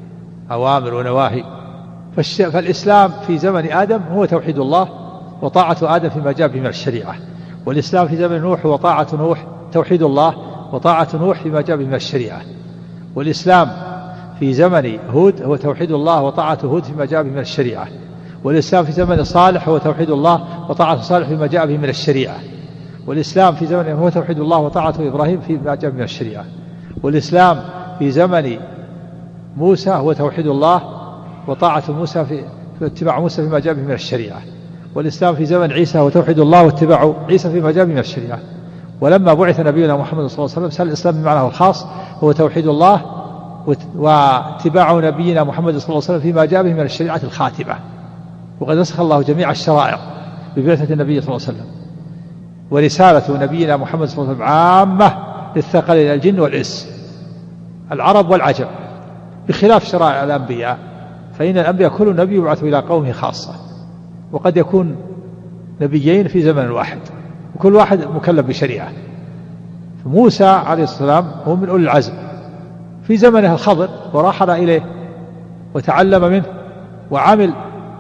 أوامر ونواهي. فالإسلام في زمن آدم هو توحيد الله وطاعة آدم فيما جاء به من الشريعة، والإسلام في زمن نوح هو طاعة نوح توحيد الله وطاعة نوح فيما جاء به من الشريعة، والإسلام في زمن هود هو توحيد الله وطاعة هود فيما جاء به من الشريعة، والإسلام في زمن صالح هو توحيد الله وطاعة صالح فيما جاء به من الشريعة، والإسلام في زمن هو توحيد الله وطاعة إبراهيم فيما جاء به من الشريعة، والإسلام في زمن موسى هو توحيد الله وطاعة موسى في اتباع موسى فيما جاء به من الشريعة، والإسلام في زمن عيسى هو توحيد الله واتباع عيسى فيما جاء به من الشريعة. ولما بعث نبينا محمد صلى الله عليه وسلم صار الإسلام بمعناه الخاص هو توحيد الله واتباع نبينا محمد صلى الله عليه وسلم فيما جاء به من الشريعة الخاتمة. وقد نسخ الله جميع الشرائع ببعثة النبي صلى الله عليه وسلم، ورسالة نبينا محمد صلى الله عليه وسلم عامة للثقلين الجن والإنس العرب والعجم، بخلاف شرائع الأنبياء، فإن الأنبياء كل نبي يبعث إلى قومه خاصة، وقد يكون نبيين في زمن واحد وكل واحد مكلف بشريعة. موسى عليه السلام هو من أولي العزم، في زمنه الخضر ورحل إليه وتعلم منه وعمل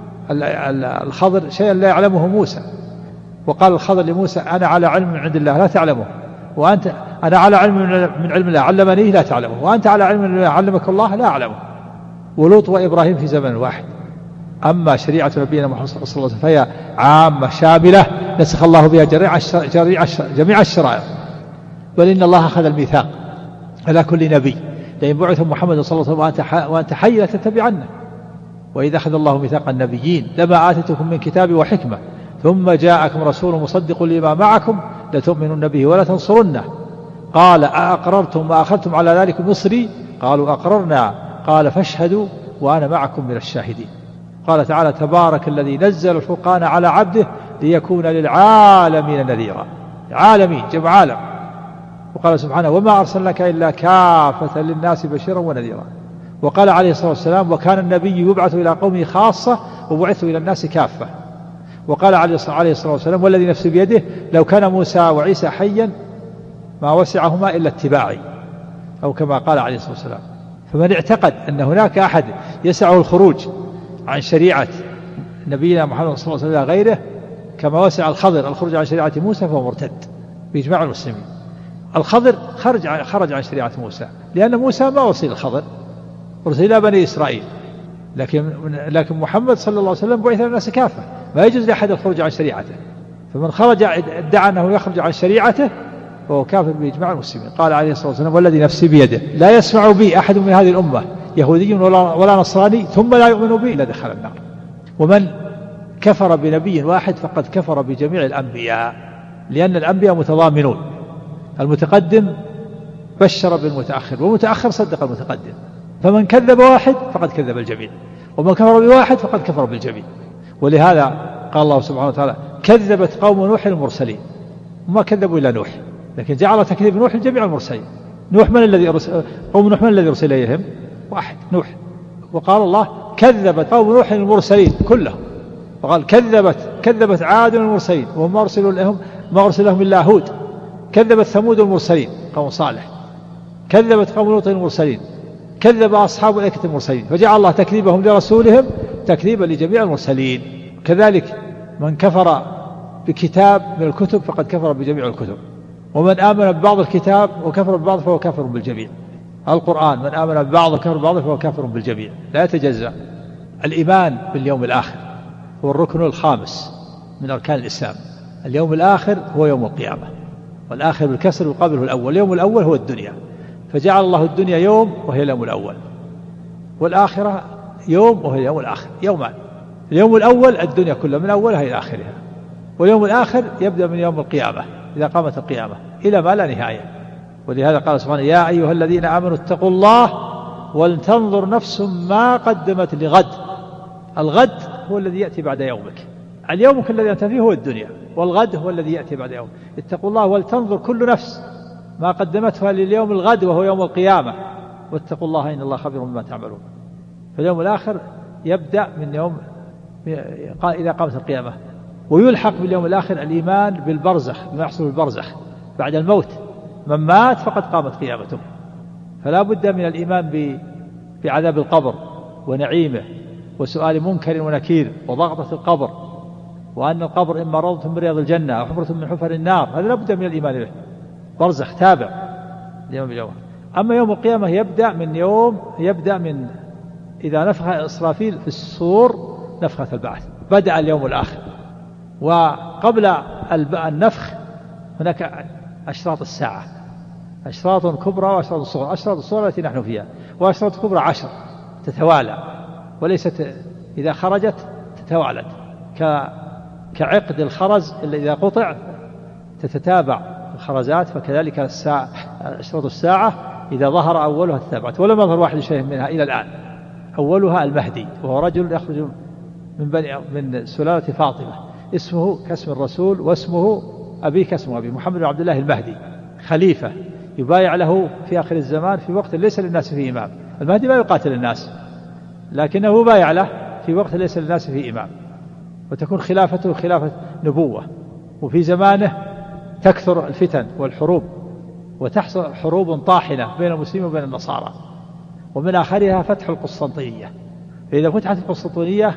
الخضر شيئا لا يعلمه موسى، وقال الخضر لموسى أنا على علم من عند الله لا تعلمه، وأنت أنا على علم من علم الله علمنيه لا تعلمه، وأنت على علم من علمك الله لا أعلمه. ولوط وإبراهيم في زمن واحد. أما شريعة نبينا محمد صلى الله عليه وسلم فهي عامة شاملة نسخ الله بها جميع الشرائع، بل إن الله أخذ الميثاق على كل نبي لئن بعث محمد صلى الله عليه وسلم وأنت حي لتتبعنه، وإذا أخذ الله ميثاق النبيين لما آتيتكم من كتاب وحكمة ثم جاءكم رسول مصدق لما معكم لتؤمنن به ولا تنصرنه، قال أأقررتم وأخذتم على ذلك مصري قالوا أقررنا قال فاشهدوا وأنا معكم من الشاهدين. قال تعالى تبارك الذي نزل الفرقان على عبده ليكون للعالمين نذيرا، عالمين جمع عالم. وقال سبحانه وما أرسلناك إلا كافة للناس بشيرا ونذيرا. وقال عليه الصلاة والسلام وكان النبي يبعث إلى قومه خاصة وبعث إلى الناس كافة. وقال عليه الصلاة والسلام والذي نفسي بيده لو كان موسى وعيسى حيا ما وسعهما إلا اتباعي، أو كما قال عليه الصلاة والسلام. فمن اعتقد أن هناك أحد يسعه الخروج عن شريعة نبينا محمد صلى الله عليه وسلم غيره كما وسع الخضر الخروج عن شريعة موسى فهو مرتد بإجماع المسلمين. الخضر خرج عن شريعة موسى لأن موسى ما وصل الخضر، أرسل إلى بني إسرائيل، لكن محمد صلى الله عليه وسلم بعث الناس كافة، ما يجوز لأحد الخروج عن شريعته. فمن خرج ادعى أنه يخرج عن شريعته فهو كافر بإجماع المسلمين. قال عليه الصلاة والسلام والذي نفسي بيده لا يسمع بي أحد من هذه الأمة يهودي ولا نصراني ثم لا يؤمن به إلا دخل النار. ومن كفر بنبي واحد فقد كفر بجميع الأنبياء، لأن الأنبياء متضامنون، المتقدم بشر بالمتأخر والمتأخر صدق المتقدم، فمن كذب واحد فقد كذب الجميع، ومن كفر بواحد فقد كفر بالجميع. ولهذا قال الله سبحانه وتعالى كذبت قوم نوح المرسلين، وما كذبوا إلا نوح، لكن جعل تكذيب نوح لجميع المرسلين. قوم نوح من الذي أرسل إليهم؟ واحد، نوح. وقال الله كذبت قوم نوح المرسلين كلهم، وقال كذبت عاد المرسلين وما أرسل لهم إلا هود. كذبت ثمود المرسلين قوم صالح. كذبت قوم لوط المرسلين. كذب أصحاب الأيكة المرسلين، فجعل الله تكذيبهم لرسولهم تكذيبا لجميع المرسلين. كذلك من كفر بكتاب من الكتب فقد كفر بجميع الكتب، ومن آمن ببعض الكتاب وكفر ببعض فهو كافر بالجميع. القرآن من آمن ببعض وكفر ببعض فهو كافر بالجميع، لا يتجزأ. الإيمان باليوم الآخر هو الركن الخامس من أركان الإسلام. اليوم الآخر هو يوم القيامة، والآخر بالكسر يقابله الأول. اليوم الأول هو الدنيا، فجعل الله الدنيا يوم وهي اليوم الأول، والآخرة يوم وهي اليوم الآخر، يومان. اليوم الأول الدنيا كلها من أولها إلى آخرها، واليوم الآخر يبدأ من يوم القيامة إذا قامت القيامة إلى ما لا نهاية. ولهذا قال سبحانه يا أيها الذين آمنوا اتقوا الله ولتنظر نفس ما قدمت لغد. الغد هو الذي يأتي بعد يومك، اليوم الذي أنت فيه هو الدنيا، والغد هو الذي يأتي بعد يوم. اتقوا الله ولتنظر كل نفس ما قدمتها لليوم الغد وهو يوم القيامة، واتقوا الله إن الله خبير بما تعملون. فاليوم الآخر يبدأ من يوم إذا قامت القيامة، ويلحق باليوم الآخر الإيمان بالبرزخ، ما يحصل بالبرزخ بعد الموت. من مات فقد قامت قيامته، فلا بد من الإيمان بعذاب القبر ونعيمه وسؤال منكر ونكير وضغطة القبر، وأن القبر إما روضة من رياض الجنة أو حفرة من حفر النار، هذا لا بد من الإيمان به. برزخ تابع اليوم اليوم. أما يوم القيامة يبدأ من إذا نفخ إسرافيل في الصور نفخة البعث، بدأ اليوم الآخر. وقبل النفخ هناك أشراط الساعة، أشراط كبرى وأشراط صغرى. أشراط الصغرى التي نحن فيها، وأشراط كبرى 10 تتوالى، وليست إذا خرجت تتوالد كعقد الخرز اللي إذا قطع تتتابع الخرزات، فكذلك أشراط الساعة إذا ظهر أولها تتابعت، ولم يظهر واحد شيء منها إلى الآن. أولها المهدي، وهو رجل يخرج من سلالة فاطمة، اسمه كاسم الرسول واسمه أبيه كاسم أبيه، محمد بن عبد الله المهدي، خليفة يبايع له في آخر الزمان في وقت ليس للناس فيه إمام. المهدي ما يقاتل الناس، لكنه يبايع له في وقت ليس للناس فيه إمام، وتكون خلافته خلافة نبوة. وفي زمانه تكثر الفتن والحروب، وتحصل حروب طاحنة بين المسلمين وبين النصارى، ومن آخرها فتح القسطنطينية. فإذا فتحت القسطنطينية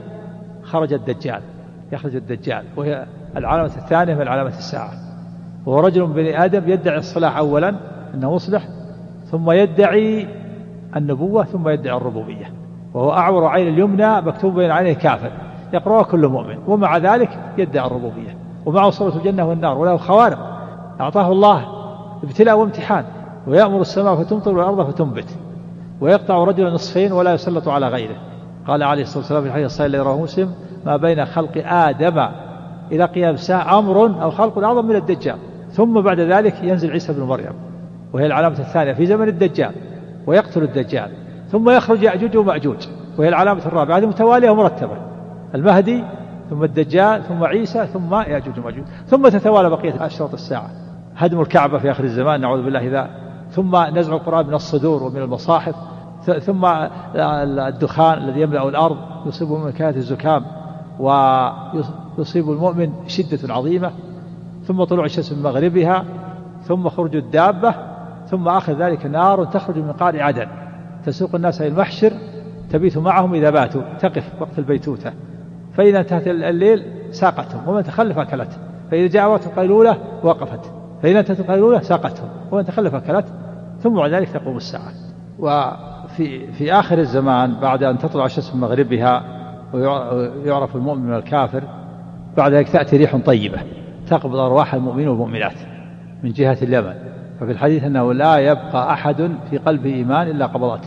يخرج الدجال، وهي العلامة الثانية من علامة الساعة. وهو رجل من بني آدم يدعي الصلاح أولا أنه مصلح، ثم يدعي النبوة، ثم يدعي الربوبية، وهو أعور عين اليمنى مكتوب بين عينيه كافر، يقرأها كل مؤمن، ومع ذلك يدعي الربوبية، ومعه صورة الجنة والنار، وله خوارق أعطاه الله ابتلاء وامتحان، ويأمر السماء فتمطر والأرض فتنبت، ويقطع رجلا نصفين ولا يسلط على غيره. قال عليه الصلاة والسلام في الحديث الصحيح الذي رواه مسلم ما بين خلق آدم إلى قيام الساعة أمر أو خلق أعظم من الدجال، ثم بعد ذلك ينزل عيسى بن مريم، وهي العلامة الثانية في زمن الدجال، ويقتل الدجال، ثم يخرج يأجوج ومأجوج، وهي العلامة الرابعة. هذه متوالية ومرتبة، المهدي ثم الدجال ثم عيسى ثم يأجوج ومأجوج، ثم تتوالى بقية أشراط الساعة. هدم الكعبة في آخر الزمان نعوذ بالله ذا، ثم نزع القرآن من الصدور ومن المصاحف، ثم الدخان الذي يملأ الأرض يصيب من كانت الزكام، ويصيب المؤمن شدة عظيمة، ثم طلوع الشمس من مغربها، ثم خروج الدابة، ثم آخر ذلك نار تخرج من قعر عدن تسوق الناس إلى المحشر، تبيت معهم إذا باتوا، تقف وقت البيتوتة، فإذا انتهت الليل ساقتهم، ومن تخلف أكلته، فإذا جاء وقت القيلولة وقفت، فإذا انتهت القيلولة ساقتهم، ومن تخلف أكلته، ثم بعد ذلك تقوم الساعة. وفي آخر الزمان بعد أن تطلع الشمس من مغربها ويعرف المؤمن من الكافر، بعد ذلك تأتي ريح طيبة تقبض أرواح المؤمنين والمؤمنات من جهة اليمن. ففي الحديث أنه لا يبقى أحد في قلبه إيمان إلا قبضته،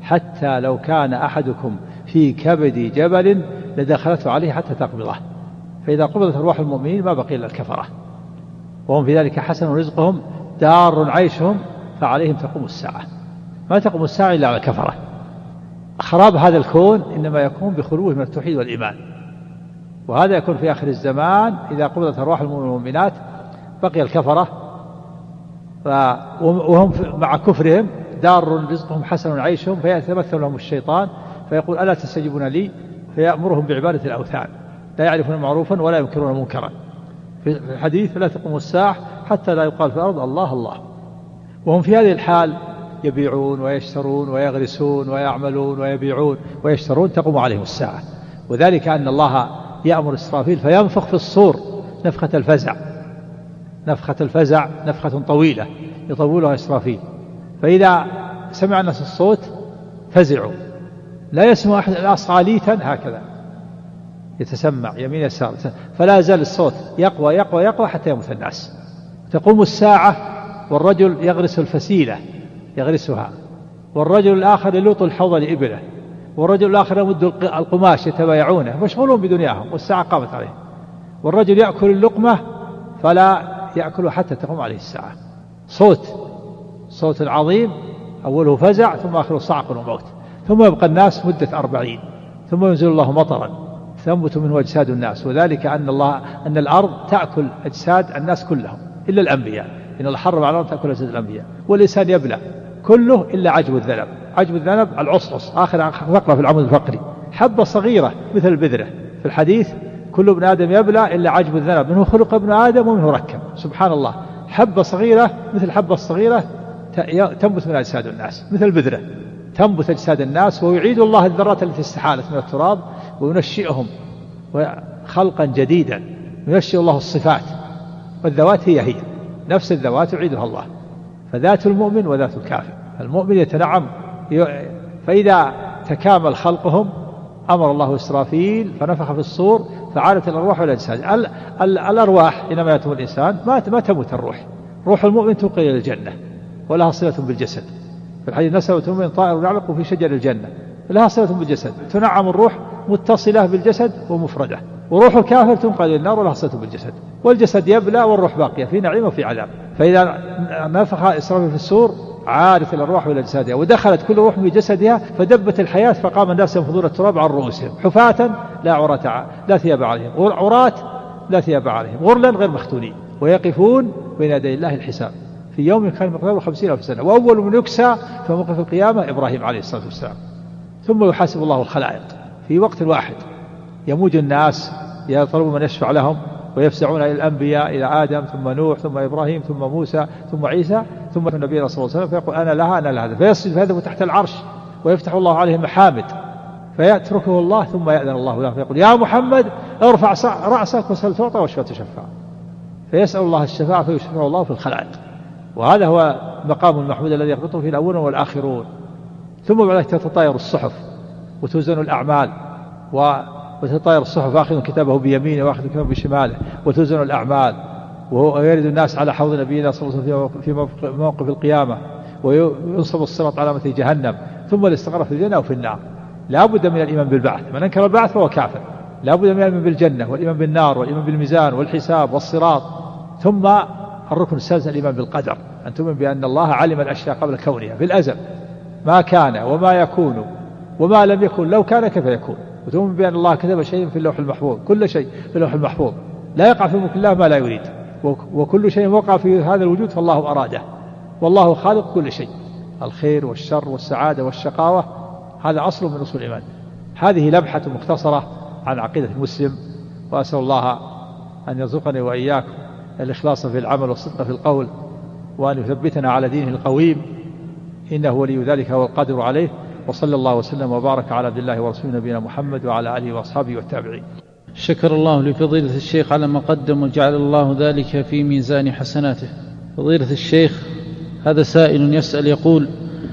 حتى لو كان أحدكم في كبد جبل لدخلته عليه حتى تقبضه، فإذا قبضت أرواح المؤمنين ما بقي إلا الكفرة، وهم في ذلك حسن رزقهم دار عيشهم فعليهم تقوم الساعة. ما تقوم الساعة إلا على الكفرة. خراب هذا الكون إنما يكون بخلوه من التوحيد والإيمان، وهذا يكون في آخر الزمان إذا قبضت أرواح المؤمنين والمؤمنات بقي الكفرة وهم مع كفرهم دار رزقهم حسن عيشهم، فيتمثل لهم الشيطان فيقول ألا تستجيبون لي، فيأمرهم بعبادة الأوثان، لا يعرفون معروفا ولا ينكرون منكرا. في الحديث لا تقوم الساعة حتى لا يقال في الأرض الله الله. وهم في هذه الحال يبيعون ويشترون ويغرسون ويعملون ويبيعون ويشترون، تقوم عليهم الساعة. وذلك أن الله يأمر إسرافيل فينفخ في الصور نفخة الفزع، نفخة الفزع نفخة طويلة يطولها إسرافيل، فإذا سمع الناس الصوت فزعوا، لا يسمع أحد الأصاليتا هكذا يتسمع يمين يسار، فلا زال الصوت يقوى يقوى يقوى حتى يموت الناس. تقوم الساعة والرجل يغرس الفسيلة يغرسها، والرجل الآخر يلوط الحوض لإبله، والرجل الآخر يمد القماش يتبايعونه، مشغولون بدنياهم والساعة قامت عليه. والرجل يأكل اللقمة فلا يأكل حتى تقوم عليه الساعة. صوت عظيم أوله فزع ثم آخره صعق وموت، ثم يبقى الناس مدة 40، ثم ينزل الله مطرا تنبت منه أجساد الناس. وذلك أن الأرض تأكل أجساد الناس كلهم إلا الأنبياء، إن الله حرم على الأرض تأكل أجساد الأنبياء، والإنسان يبلى كله إلا عجب الذنب. عجب الذنب العصعص آخر فقرة في العمود الفقري، حبة صغيرة مثل البذرة. في الحديث كل ابن آدم يبلى إلا عجب الذنب، منه خلق ابن آدم ومنه ركب. سبحان الله، حبة صغيرة مثل الحبة الصغيرة تنبت من أجساد الناس مثل البذرة، تنبت أجساد الناس، ويعيد الله الذرات التي استحالت من التراب وينشئهم خلقا جديدا. ينشئ الله الصفات، والذوات هي نفس الذوات يعيدها الله، فذات المؤمن وذات الكافر. المؤمن يتنعم، فإذا تكامل خلقهم أمر الله إسرافيل فنفخ في الصور فعادت الأرواح والأجساد. الأرواح حينما يتم الإنسان ما تموت الروح، روح المؤمن تنقل إلى الجنة ولها صلة بالجسد. في الحديث نسأل المؤمن طائر يعلق في شجر الجنة، لها صلة بالجسد، تنعم الروح متصلة بالجسد ومفردة. وروح الكافر تنقل إلى النار ولها صلة بالجسد، والجسد يبلى والروح باقية في نعيم وفي عذاب. فإذا نفخ إسرافيل في الصور عادت الأرواح إلى أجسادها، ودخلت كل روح في جسدها فدبت الحياة، فقام الناس ينفضون التراب عن رؤوسهم حفاة لا عراة لا ثياب عليهم، عراة لا ثياب عليهم، غرلا غير مختونين، ويقفون بين يدي الله الحساب في يوم كان مقداره 50,000 سنة. وأول من يكسى في موقف القيامة إبراهيم عليه الصلاة والسلام. ثم يحاسب الله الخلائق في وقت واحد، يموج الناس يطلبون من يشفع لهم ويفزعون إلى الأنبياء، إلى آدم ثم نوح ثم إبراهيم ثم موسى ثم عيسى ثم النبي صلى الله عليه وسلم، فيقول أنا لها فيسجد فيذهب تحت العرش ويفتح الله عليه محامد، فيتركه الله ثم يأذن الله له فيقول يا محمد ارفع رأسك وسل تعطى واشفع تشفع، فيسأل الله الشفاعة فيشفع الله في الخلائق. وهذا هو مقام المحمود الذي يقبطه فيه الأولون والآخرون. ثم بعد ذلك تتطاير الصحف وتوزن الأعمال، وتتطاير الصحف، آخذ كتابه بيمينه وآخذ كتابه بشماله، وتوزن الأعمال، ويرد الناس على حوض نبينا صلى الله عليه وسلم في موقف القيامة، وينصب الصراط على متن جهنم، ثم الاستقرار في الجنة وفي النار. لا بد من الإيمان بالبعث، من أنكر البعث فهو كافر. لا بد من الإيمان بالجنة والإيمان بالنار والإيمان بالميزان والحساب والصراط. ثم الركن السادس الإيمان بالقدر، أن تؤمن بأن الله علم الأشياء قبل كونها في الأزل، ما كان وما يكون وما لم يكن لو كان كيف يكون. وتؤمن بأن الله كتب شيء في اللوح المحفوظ، كل شيء في اللوح المحفوظ، لا يقع في ملك الله ما لا يريد، وكل شيء وقع في هذا الوجود فالله أراده، والله خالق كل شيء، الخير والشر والسعادة والشقاوة، هذا أصل من أصول الإيمان. هذه لمحة مختصرة عن عقيدة المسلم، وأسأل الله أن يرزقني وإياكم الإخلاص في العمل والصدق في القول، وأن يثبتنا على دينه القويم، إنه ولي ذلك والقادر عليه. وصلى الله وسلم وبارك على عبد الله ورسوله نبينا محمد وعلى آله وأصحابه والتابعين. شكر الله لفضيلة الشيخ على ما قدم، وجعل الله ذلك في ميزان حسناته. فضيلة الشيخ، هذا سائل يسأل يقول: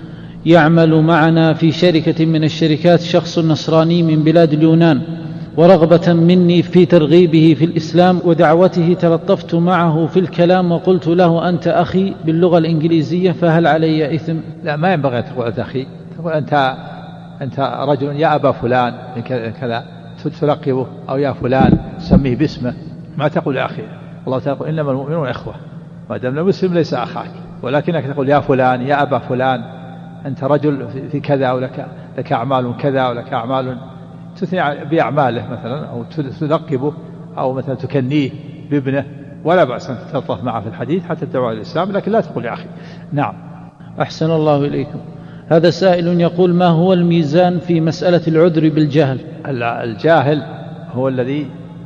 يعمل معنا في شركة من الشركات شخص نصراني من بلاد اليونان، ورغبة مني في ترغيبه في الإسلام ودعوته تلطفت معه في الكلام وقلت له أنت أخي باللغة الإنجليزية، فهل علي إثم؟ لا، ما ينبغي أن تقول أنت أخي، تقول أنت رجل يا أبا فلان كذا، تلقبه، أو يا فلان تسميه باسمه، ما تقول يا أخي. الله تعالى يقول إنما المؤمنون إخوة، ما دام المسلم ليس أخاك، ولكنك تقول يا فلان يا أبا فلان، أنت رجل في كذا، أو لك أعمال كذا، ولك أعمال تثني بأعماله مثلا، أو تلقبه، أو مثلا تكنيه بابنه، ولا بأس أن تلطف معه في الحديث حتى تدعو إلى الإسلام، لكن لا تقول يا أخي. نعم. أحسن الله إليكم. هذا سائل يقول: ما هو الميزان في مسألة العذر بالجهل؟ الجاهل هو الذي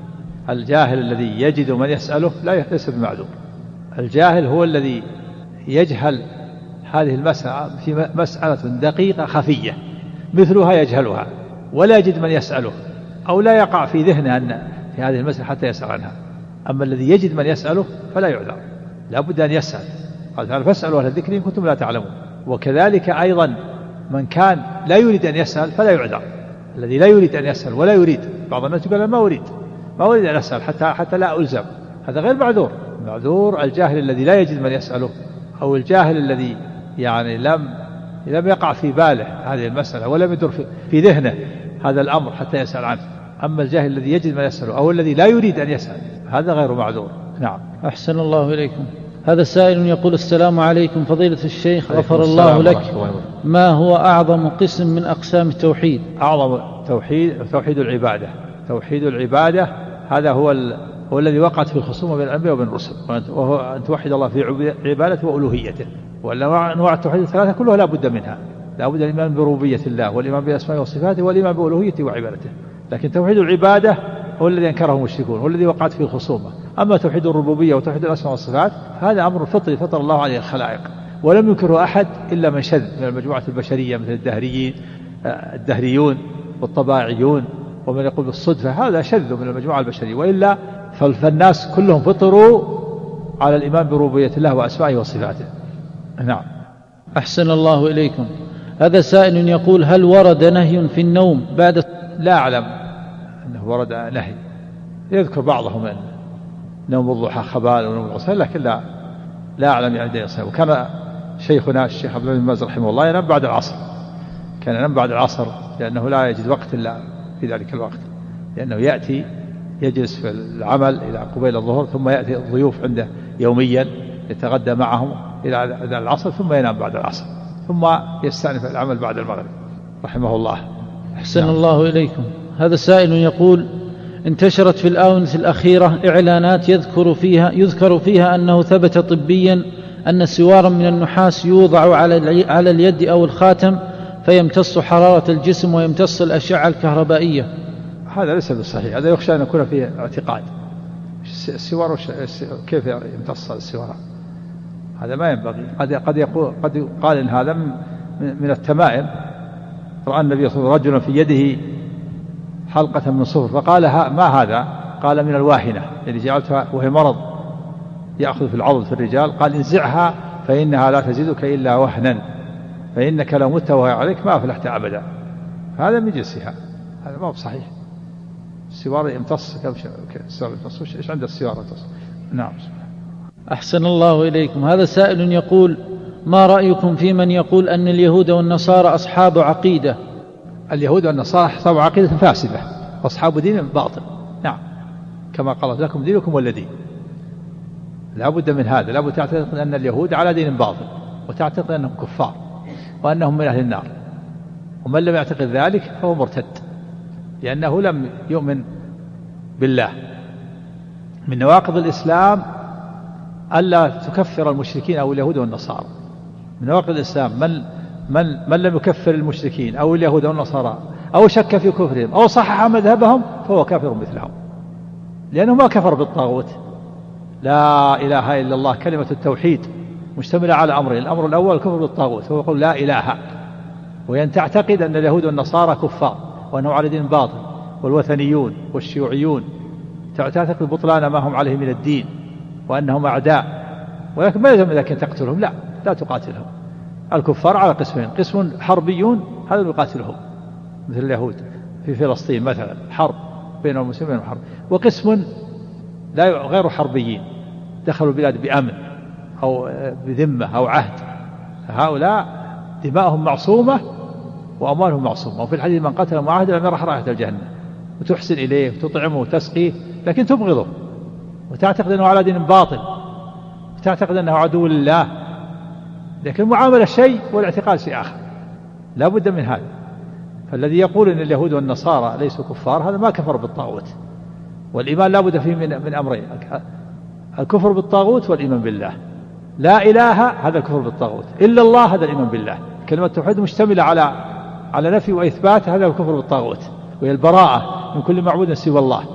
يجد من يسأله ليس بمعذور. الجاهل هو الذي يجهل هذه المسألة في مسألة دقيقة خفية مثلها يجهلها، ولا يجد من يسأله، أو لا يقع في ذهنه أن في هذه المسألة حتى يسأل عنها. أما الذي يجد من يسأله فلا يعذر، لا بد أن يسأل. قال تعالى: فاسألوا أهل الذكر إن كنتم لا تعلمون. وكذلك أيضا من كان لا يريد أن يسأل فلا يعذر. الذي لا يريد أن يسأل ولا يريد، بعض الناس يقول: ما أريد أن أسأل حتى لا ألزم، هذا غير معذور. معذور الجاهل الذي لا يجد من يسأله، أو الجاهل الذي يعني لم يقع في باله هذه المسألة، ولم يدر في ذهنه هذا الأمر حتى يسأل عنه. أما الجاهل الذي يجد من يسأله، أو الذي لا يريد أن يسأل، هذا غير معذور. نعم. أحسن الله إليكم. هذا سائل يقول: السلام عليكم فضيلة الشيخ، غفر الله لك، ما هو أعظم قسم من أقسام التوحيد؟ أعظم توحيد العبادة. توحيد العبادة هذا هو الذي وقعت في الخصومة بين الأنبياء وبين الرسل، وهو أن توحد الله في عبادته وألوهيته. وأنواع التوحيد الثلاثة كلها لا بد منها، لا بد الإيمان بربوبية الله، والإيمان بأسمائه وصفاته، والإيمان بألوهيته وعبادته. لكن توحيد العبادة هو الذي أنكره المشركون، هو الذي وقعت فيه الخصومة. أما توحيد الربوبية وتوحيد الأسماء والصفات فهذا أمر فطري فطر الله عليه الخلائق، ولم ينكره أحد إلا من شذ من المجموعة البشرية، مثل الدهريون والطباعيون، ومن يقول بالصدفة، هذا شذ من المجموعة البشرية. وإلا فالناس كلهم فطروا على الإيمان بربوبية الله وأسمائه وصفاته. نعم. أحسن الله إليكم. هذا سائل يقول: هل ورد نهي في النوم بعد؟ لا أعلم أنه ورد نهي، يذكر بعضهم أن نوم الضحى خبال ونوم الغسل، لكن لا أعلم يعني يصير. وكان شيخنا الشيخ عبد الله بن باز رحمه الله ينام بعد العصر، كان ينام بعد العصر لأنه لا يجد وقت إلا في ذلك الوقت، لأنه يأتي يجلس في العمل إلى قبيل الظهر، ثم يأتي الضيوف عنده يوميا يتغدى معهم إلى العصر، ثم ينام بعد العصر، ثم يستأنف العمل بعد المغرب رحمه الله. أحسن الله إليكم. هذا سائل يقول: انتشرت في الآونة الأخيرة إعلانات يذكر فيها أنه ثبت طبيا أن سوارا من النحاس يوضع على اليد أو الخاتم فيمتص حرارة الجسم ويمتص الأشعة الكهربائية. هذا ليس بالصحيح، هذا يخشى أن يكون فيه اعتقاد. السوار كيف يمتص السوار؟ هذا ما ينبغي. قد يقال إن هذا من التمائم. رأى النبي صلى الله عليه وسلم رجلا في يده حلقة من صفر فقال: ما هذا؟ قال: من الواهنة، يعني جعلتها وهي مرض يأخذ في العضد في الرجال. قال: انزعها فإنها لا تزيدك إلا وهنا، فإنك لو مت وهي عليك ما أفلحت أبدا. هذا من جنسها، هذا ما هو صحيح. السوار يمتص السوار يمتص. إيش عند السوار يمتص؟ نعم. أحسن الله إليكم. هذا سائل يقول: ما رأيكم في من يقول أن اليهود والنصارى أصحاب عقيدة؟ اليهود والنصارى أصحاب عقيدة فاسدة وأصحاب دين باطل. نعم، كما قالت: لكم دينكم ولا دين. لا بد من هذا، لا بد تعتقد أن اليهود على دين باطل، وتعتقد أنهم كفار وأنهم من أهل النار. ومن لم يعتقد ذلك فهو مرتد، لأنه لم يؤمن بالله. من نواقض الإسلام ألا تكفر المشركين أو اليهود والنصارى. من نواقض الإسلام من لم يكفر المشركين أو اليهود والنصارى، أو شك في كفرهم، أو صحح مذهبهم، فهو كافر مثلهم، لأنه ما كفر بالطاغوت. لا إله إلا الله، كلمة التوحيد مشتملة على أمرين: الأمر الأول الكفر بالطاغوت، هو يقول لا إله، وأن تعتقد أن اليهود والنصارى كفار وأنهم على دين باطل، والوثنيون والشيوعيون تعتقد بطلان ما هم عليه من الدين وأنهم أعداء. ولكن ما يلزم إذا كنت تقتلهم، لا تقاتلهم. الكفار على قسمين: قسم حربيون هذا يقاتلهم مثل اليهود في فلسطين مثلا، حرب بين المسلمين وحرب، وقسم غير حربيين دخلوا البلاد بأمن أو بذمة أو عهد، هؤلاء دماءهم معصومة وأموالهم معصومة. وفي الحديث من قتل معاهدا لم يرح رائحة الجنة. وتحسن إليه وتطعمه وتسقيه لكن تبغضه وتعتقد أنه على دين باطل وتعتقد أنه عدو لله، لكن المعاملة شيء والاعتقاد شيء آخر، لا بد من هذا. فالذي يقول أن اليهود والنصارى ليسوا كفار هذا ما كفر بالطاغوت، والإيمان لا بد فيه من أمرين: الكفر بالطاغوت والإيمان بالله. لا إله هذا الكفر بالطاغوت، إلا الله هذا الإيمان بالله. كلمة التوحيد مشتملة على نفي وإثبات، هذا الكفر بالطاغوت، وهي البراءة من كل معبود سوى الله،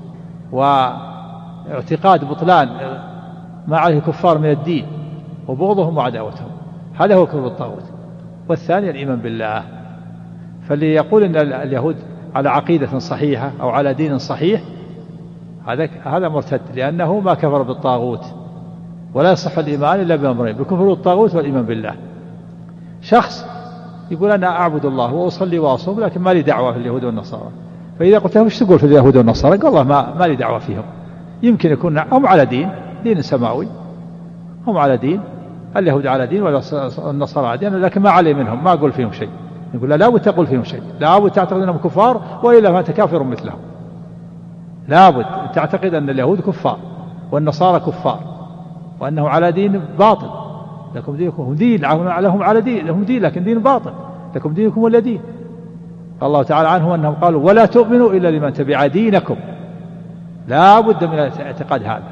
واعتقاد بطلان ما عليه الكفار من الدين وبغضهم وعداوتهم، هذا هو الكفر بالطاغوت. والثاني الإيمان بالله. فاللي يقول أن اليهود على عقيدة صحيحة أو على دين صحيح هذا مرتد، لأنه ما كفر بالطاغوت، ولا يصح الإيمان إلا بأمرين: بالكفر بالطاغوت والإيمان بالله. شخص يقول أنا أعبد الله وأصلي وأصوم لكن ما لي دعوة في اليهود والنصارى، فإذا قلت له ايش تقول في اليهود والنصارى؟ قال والله ما لي دعوة فيهم. يمكن يكون هم على دين سماوي، هم على دين، اليهود على دين والنصارى على دين، لكن ما علي منهم، ما أقول فيهم شيء. يقول لا بد تقول فيهم شيء، لا بد تعتقد أنهم كفار وإلا فأنت كافر مثلهم. لا بد تعتقد أن اليهود كفار والنصارى كفار وأنه على دين باطل. لكم دينكم، هم دين، لهم على دين، لهم دين لكن دين باطل، لكم دينكم ولا دين. الله تعالى عنهم أنهم قالوا ولا تؤمنوا إلا لمن تبع دينكم. لا بد من الاعتقاد هذا.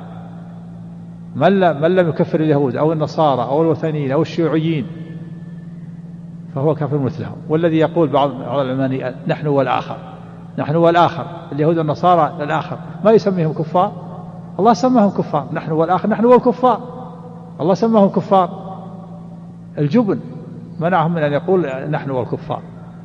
من لم يكفر اليهود أو النصارى أو الوثنيين أو الشيوعيين فهو كافر مثلهم. والذي يقول بعض العلماء نحن والآخر، اليهود والنصارى الآخر، ما يسميهم كفار؟ الله سماهم كفار. نحن والآخر، نحن والكفار، الله سماهم كفار. الجبن منعهم من أن يقول نحن والكفار.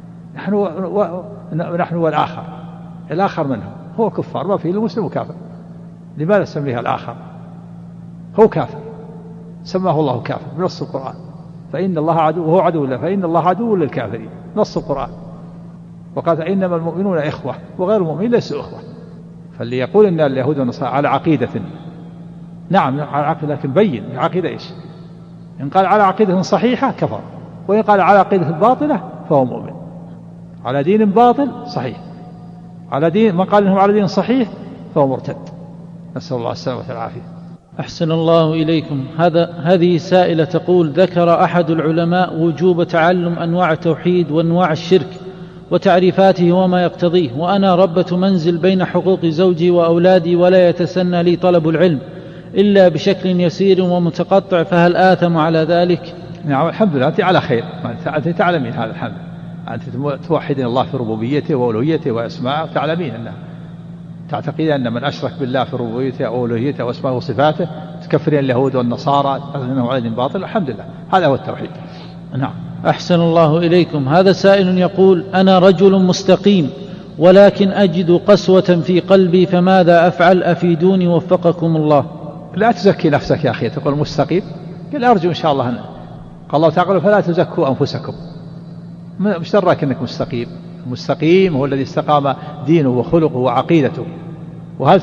نحن والآخر، الآخر منهم هو كفار، ما فيه المسلم كافر. لماذا سميها الآخر؟ هو كافر، سماه الله كافر بنص القرآن. فإن الله عدو وهو عدو له، فإن الله عدو للكافرين، نص القرآن. وقال إنما المؤمنون إخوة وغير المؤمنين ليسوا إخوة. فاللي يقول إن اليهود والنصارى على عقيدة، نعم على عقيدة، لكن بين عقيدة إيش. إن قال على عقيدة صحيحة كفر، وإن قال على عقيدة باطلة فهو مؤمن. على دين باطل صحيح، على دين من قال إنه على دين صحيح فهو مرتد. نسأل الله السلامة والعافية. أحسن الله إليكم. هذه سائلة تقول: ذكر أحد العلماء وجوب تعلم أنواع التوحيد وأنواع الشرك وتعريفاته وما يقتضيه، وأنا ربة منزل بين حقوق زوجي وأولادي ولا يتسنى لي طلب العلم إلا بشكل يسير ومتقطع، فهل آثم على ذلك؟ نعم الحمد لله، أنت على خير، أنت تعلمين هذا الحمد. أنت توحدين الله في ربوبيته وألوهيته وأسماءه، تعلمين أنه تعتقدين أن من أشرك بالله في ربوبيته أو ألوهيته وأسماءه وصفاته تكفرين اليهود والنصارى أنه على دين باطل. الحمد لله، هذا هو التوحيد. نعم. أحسن الله إليكم. هذا سائل يقول: أنا رجل مستقيم ولكن أجد قسوة في قلبي، فماذا أفعل؟ أفيدوني وفقكم الله. لا تزكي نفسك يا أخي، تقول مستقيم. قل أرجو إن شاء الله قال الله تعالى: فلا تزكوا أنفسكم. مش دراك أنك مستقيم. المستقيم هو الذي استقام دينه وخلقه وعقيدته. وهل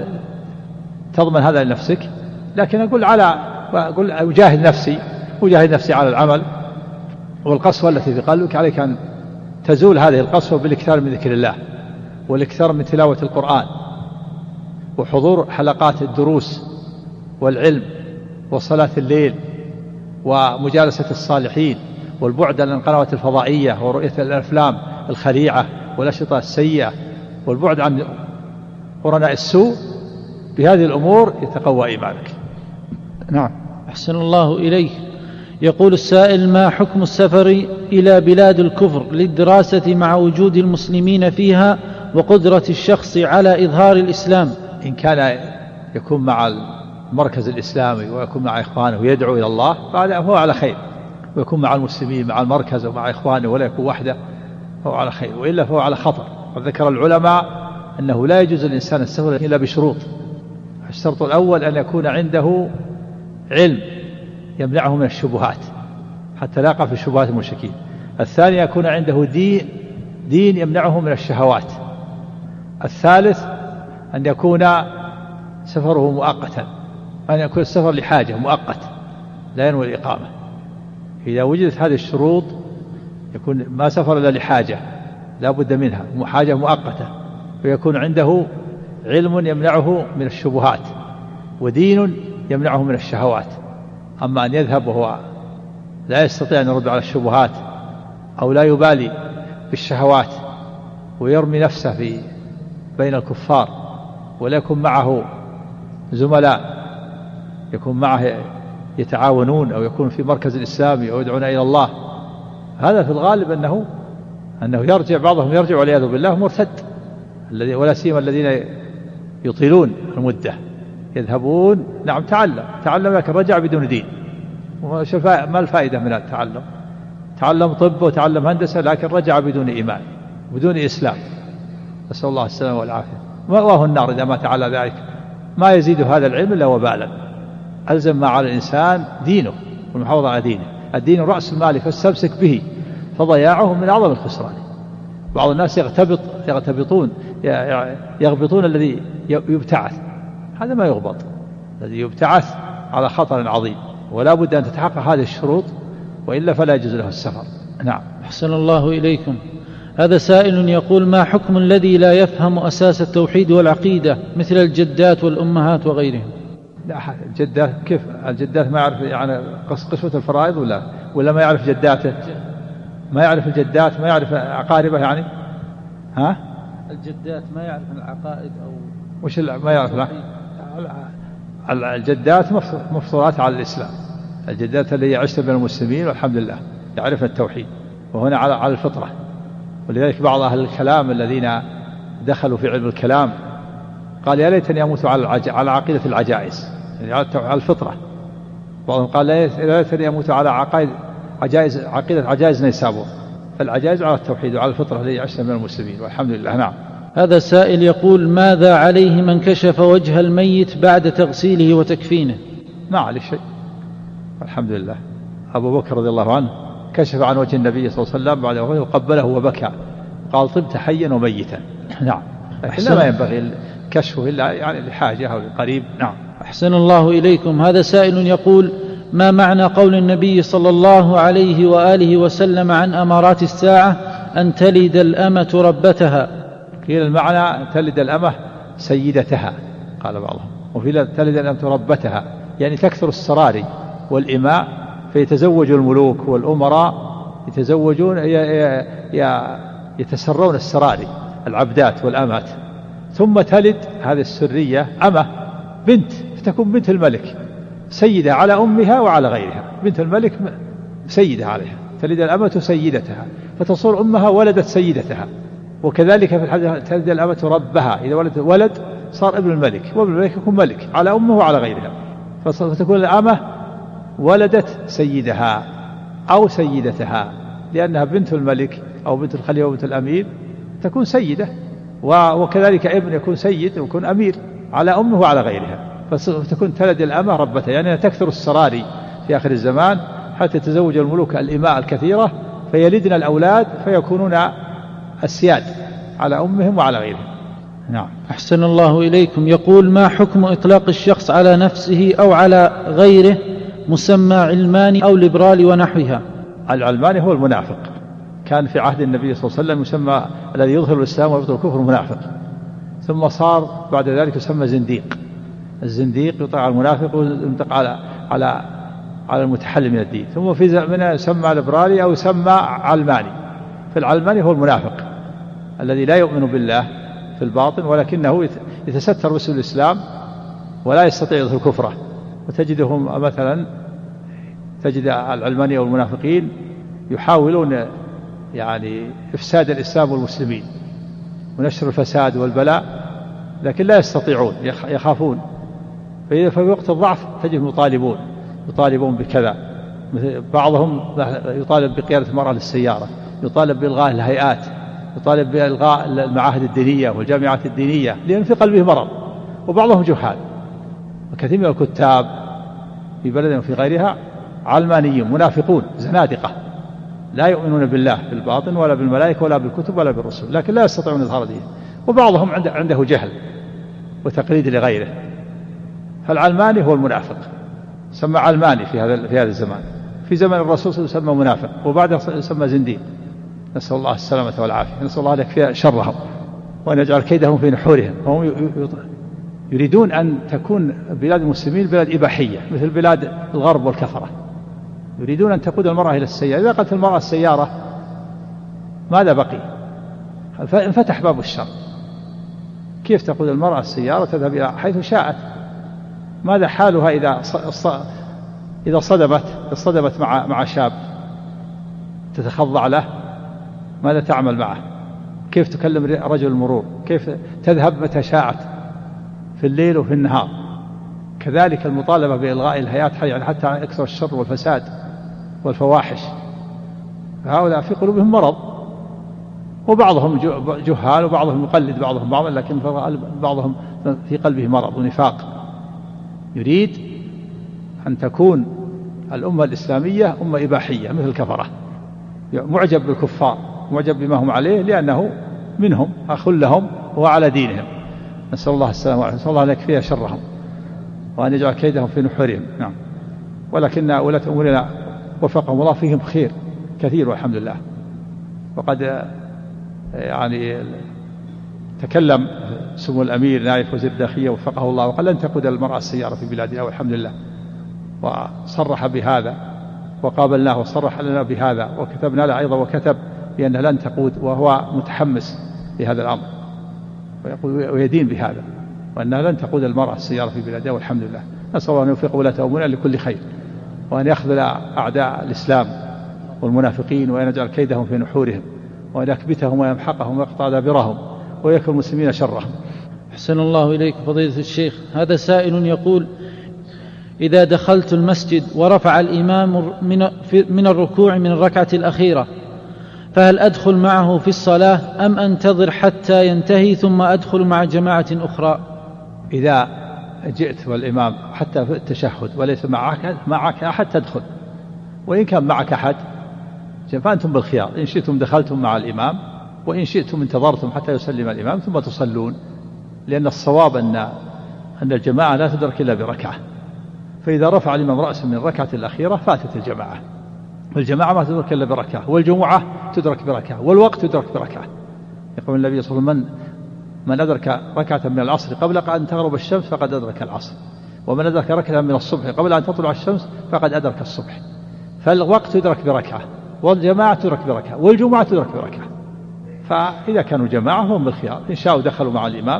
تضمن هذا لنفسك؟ لكن أقول أجاهد نفسي على العمل. والقسوة التي في قلبك عليك أن تزول هذه القسوة بالاكثار من ذكر الله، والاكثار من تلاوة القرآن، وحضور حلقات الدروس والعلم، وصلاة الليل، ومجالسة الصالحين، والبعد عن القنوات الفضائية، ورؤية الأفلام الخليعة والأشرطة السيئة، والبعد عن قرناء السوء. بهذه الأمور يتقوى إيمانك. نعم. أحسن الله إليه. يقول السائل: ما حكم السفر إلى بلاد الكفر للدراسة مع وجود المسلمين فيها وقدرة الشخص على إظهار الإسلام؟ إن كان يكون مع المركز الإسلامي ويكون مع إخوانه ويدعو إلى الله فهو على خير، ويكون مع المسلمين مع المركز ومع إخوانه ولا يكون وحده فهو على خير، وإلا فهو على خطر. وذكر العلماء أنه لا يجوز للإنسان السفر إلا بشروط. الشرط الأول أن يكون عنده علم يمنعه من الشبهات حتى لا يقع في شبهات المشركين. الثاني يكون عنده دين يمنعه من الشهوات. الثالث أن يكون سفره مؤقتا، أن يكون السفر لحاجة مؤقت لا ينوي الإقامة. إذا وجدت هذه الشروط يكون ما سافر إلا لحاجة لا بد منها، حاجة مؤقتة، ويكون عنده علم يمنعه من الشبهات ودين يمنعه من الشهوات. أما أن يذهب وهو لا يستطيع أن يرد على الشبهات أو لا يبالي بالشهوات ويرمي نفسه بين الكفار ولا يكون معه زملاء يكون معه يتعاونون أو يكون في مركز الإسلامي أو يدعون إلى الله، هذا في الغالب أنه يرجع، بعضهم يرجع والعياذ بالله مرتد، ولا سيما الذين يطيلون المدة يذهبون نعم تعلم لكن رجع بدون دين. ما الفائدة من التعلم؟ تعلم طب وتعلم هندسة لكن رجع بدون إيمان بدون إسلام، نسأل الله السلامة والعافية. مأواه النار إذا مات على ذلك، ما يزيد هذا العلم إلا وبالا. ألزم ما على الإنسان دينه والمحافظة على دينه، الدين رأس المال فاستمسك به، فضياعه من أعظم الخسران. بعض الناس يغبطون الذي يبتعث، هذا ما يغبط، الذي يبتعث على خطر عظيم، ولا بد أن تتحقق هذه الشروط وإلا فلا يجوز له السفر. نعم. أحسن الله إليكم. هذا سائل يقول: ما حكم الذي لا يفهم أساس التوحيد والعقيدة مثل الجدات والأمهات وغيرهم؟ لا، الجدات كيف؟ الجدات ما يعرف يعني قسمة الفرائض ولا ما يعرف جداته؟ ما يعرف الجدات، ما يعرف أقاربه يعني؟ ها؟ الجدات ما يعرف العقائد أو وش ما يعرف؟ لا، الجدات مفطورات على الإسلام، الجدات اللي يعيش بين المسلمين والحمد لله يعرفن التوحيد، وهنا على الفطرة. ولذلك بعض أهل الكلام الذين دخلوا في علم الكلام قال: يا ليتني أموت على عقيدة العجائز، يعني على الفطرة. بعضهم قال: يا ليتني أموت على عقيدة عجائز نيسابور، فالعجائز على التوحيد وعلى الفطرة التي يعيش بين المسلمين والحمد لله. نعم. هذا سائل يقول: ماذا عليه من كشف وجه الميت بعد تغسيله وتكفينه؟ ما عليه شيء الحمد لله. أبو بكر رضي الله عنه كشف عن وجه النبي صلى الله عليه وسلم بعد وفاته وقبله وبكى، قال: طبت حيا وميتا. نعم. لكن ما ينبغي كشفه إلا يعني لحاجة أو لقريب. نعم. أحسن الله إليكم. هذا سائل يقول: ما معنى قول النبي صلى الله عليه وآله وسلم عن أمارات الساعة أن تلد الأمة ربتها؟ قيل المعنى تلد الأمة سيدتها، قال بعضهم، وفي تلد الأمة ربتها يعني تكثر السراري والإماء، فيتزوج الملوك والأمراء يتزوجون يتسرون السراري العبدات والأمات، ثم تلد هذه السرية أمة بنت، فتكون بنت الملك سيدة على أمها وعلى غيرها، بنت الملك سيدة عليها، تلد الأمة سيدتها فتصور أمها ولدت سيدتها. وكذلك في الحديث تلد الأمة ربها، إذا ولد صار ابن الملك، وابن الملك يكون ملك على أمه وعلى غيرها، فتكون الأمة ولدت سيدها أو سيدتها، لأنها بنت الملك أو بنت الخليفة وبنت الأمير تكون سيدة، وكذلك ابن يكون سيد ويكون أمير على أمه وعلى غيرها، فتكون تلد الأمة ربتها، يعني تكثر السراري في آخر الزمان حتى تزوج الملوك الإماء الكثيرة فيلدن الأولاد فيكونون السياد على أمهم وعلى غيرهم. نعم. أحسن الله إليكم. يقول: ما حكم إطلاق الشخص على نفسه أو على غيره مسمى علماني أو ليبرالي ونحوها؟ العلماني هو المنافق، كان في عهد النبي صلى الله عليه وسلم يسمى الذي يظهر الإسلام ويبطل الكفر منافق، ثم صار بعد ذلك يسمى زنديق. الزنديق يطلق على المنافق ويطلق على المتحلل من الدين، ثم في زمنه يسمى ليبرالي أو يسمى علماني. فالعلماني هو المنافق الذي لا يؤمن بالله في الباطن ولكنه يتستر باسم الإسلام ولا يستطيع يظهر كفره. وتجدهم مثلا تجد العلمانية والمنافقين يحاولون يعني إفساد الإسلام والمسلمين ونشر الفساد والبلاء، لكن لا يستطيعون، يخافون. في وقت الضعف تجدهم يطالبون بكذا، بعضهم يطالب بقيادة المرأة للسيارة، يطالب بإلغاء الهيئات، يطالب بإلغاء المعاهد الدينية والجامعات الدينية، لأن في قلبه مرض. وبعضهم جهال، وكثير من الكتاب في بلدنا وفي غيرها علمانيون منافقون زنادقة لا يؤمنون بالله في الباطن ولا بالملائكة ولا بالكتب ولا بالرسل، لكن لا يستطيعون إظهار دينه. وبعضهم عنده جهل وتقليد لغيره. فالعلماني هو المنافق، سمى علماني في هذا الزمان. في زمن الرسول يسمى منافق، وبعده يسمى زنديق. نسأل الله السلامة والعافية. نسأل الله أن يكفي شرهم وأن يجعل كيدهم في نحورهم. هم يريدون أن تكون بلاد المسلمين بلاد إباحية مثل بلاد الغرب والكفرة. يريدون أن تقود المرأة إلى السيارة. إذا قالت المرأة السيارة ماذا بقي؟ انفتح باب الشر. كيف تقود المرأة السيارة تذهب إلى حيث شاءت؟ ماذا حالها إذا صدمت مع شاب تتخضع له؟ ماذا تعمل معه؟ كيف تكلم رجل المرور؟ كيف تذهب متى شاءت في الليل وفي النهار؟ كذلك المطالبة بإلغاء الهيئات حتى يكثر الشر والفساد والفواحش. هؤلاء في قلوبهم مرض، وبعضهم جهال وبعضهم يقلد بعضا، لكن بعضهم في قلبه مرض ونفاق. يريد أن تكون الأمة الإسلامية أمة إباحية مثل الكفرة، معجب بالكفار، معجب بما هم عليه لأنه منهم، أخ لهم وعلى دينهم. نسأل الله السلامة والعافية. نسأل الله أن يكفي شرهم وأن يجعل كيدهم في نحورهم. نعم. ولكن ولاة أمورنا وفقهم الله فيهم خير كثير والحمد لله. وقد يعني تكلم سمو الأمير نائب وزير الداخلية وفقه الله وقال لن تقود المرأة السيارة في بلادنا والحمد لله، وصرح بهذا وقابلناه وصرح لنا بهذا وكتبنا له أيضا وكتب بأنها لن تقود، وهو متحمس لهذا الأمر ويقول ويدين بهذا وأنها لن تقود المرأة السيارة في بلادنا والحمد لله. نسأل الله أن يوفق ولاة أمورنا لكل خير وأن يخذل أعداء الإسلام والمنافقين وأن يجعل كيدهم في نحورهم وأن يكبتهم ويمحقهم ويقطع دابرهم ويكفي المسلمين شرهم. أحسن الله إليك فضيلة الشيخ. هذا سائل يقول: إذا دخلت المسجد ورفع الإمام من الركوع من الركعة الأخيرة فهل أدخل معه في الصلاة أم أنتظر حتى ينتهي ثم أدخل مع جماعة أخرى؟ إذا جئت والإمام حتى في التشهد وليس معك أحد تدخل، وإن كان معك أحد فأنتم بالخيار، إن شئتم دخلتم مع الإمام وإن شئتم انتظرتم حتى يسلم الإمام ثم تصلون، لأن الصواب أن الجماعة لا تدرك إلا بركعة، فإذا رفع الإمام رأسه من الركعة الأخيرة فاتت الجماعة، والجماعة ما تدرك إلا بركعة، والجمعة تدرك بركعة، والوقت يدرك بركعة. يقول النبي صلى الله عليه وسلم: من أدرك ركعة من العصر قبل أن تغرب الشمس فقد أدرك العصر، ومن أدرك ركعة من الصبح قبل أن تطلع الشمس فقد أدرك الصبح. فالوقت يدرك بركعة، والجماعة تدرك بركعة، والجمعة تدرك بركعة. فإذا كانوا جماعة هم بالخيار، إن شاءوا دخلوا مع الإمام،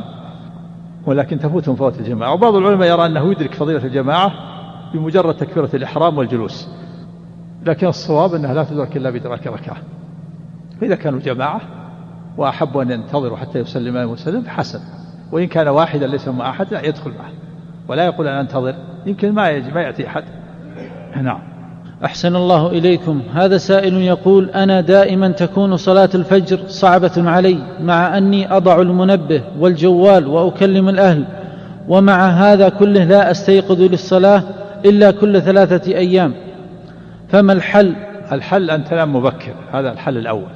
ولكن تفوتهم فوت الجماعة. وبعض العلماء يرى أنه يدرك فضيلة الجماعة بمجرد تكبيرة الإحرام والجلوس، لكن الصواب أنها لا تدرك إلا بدرك ركعة. فإذا كانوا جماعة وأحبوا أن ينتظروا حتى يسلم المسلم فحسن، وإن كان واحدا ليس مع أحد لا يدخل معه ولا يقول أنا أنتظر، يمكن ما يأتي أحد. نعم. أحسن الله إليكم. هذا سائل يقول: أنا دائما تكون صلاة الفجر صعبة علي مع أني أضع المنبه والجوال وأكلم الأهل، ومع هذا كله لا أستيقظ للصلاة إلا كل 3 أيام، فما الحل؟ الحل أن تنام مبكر، هذا الحل الأول.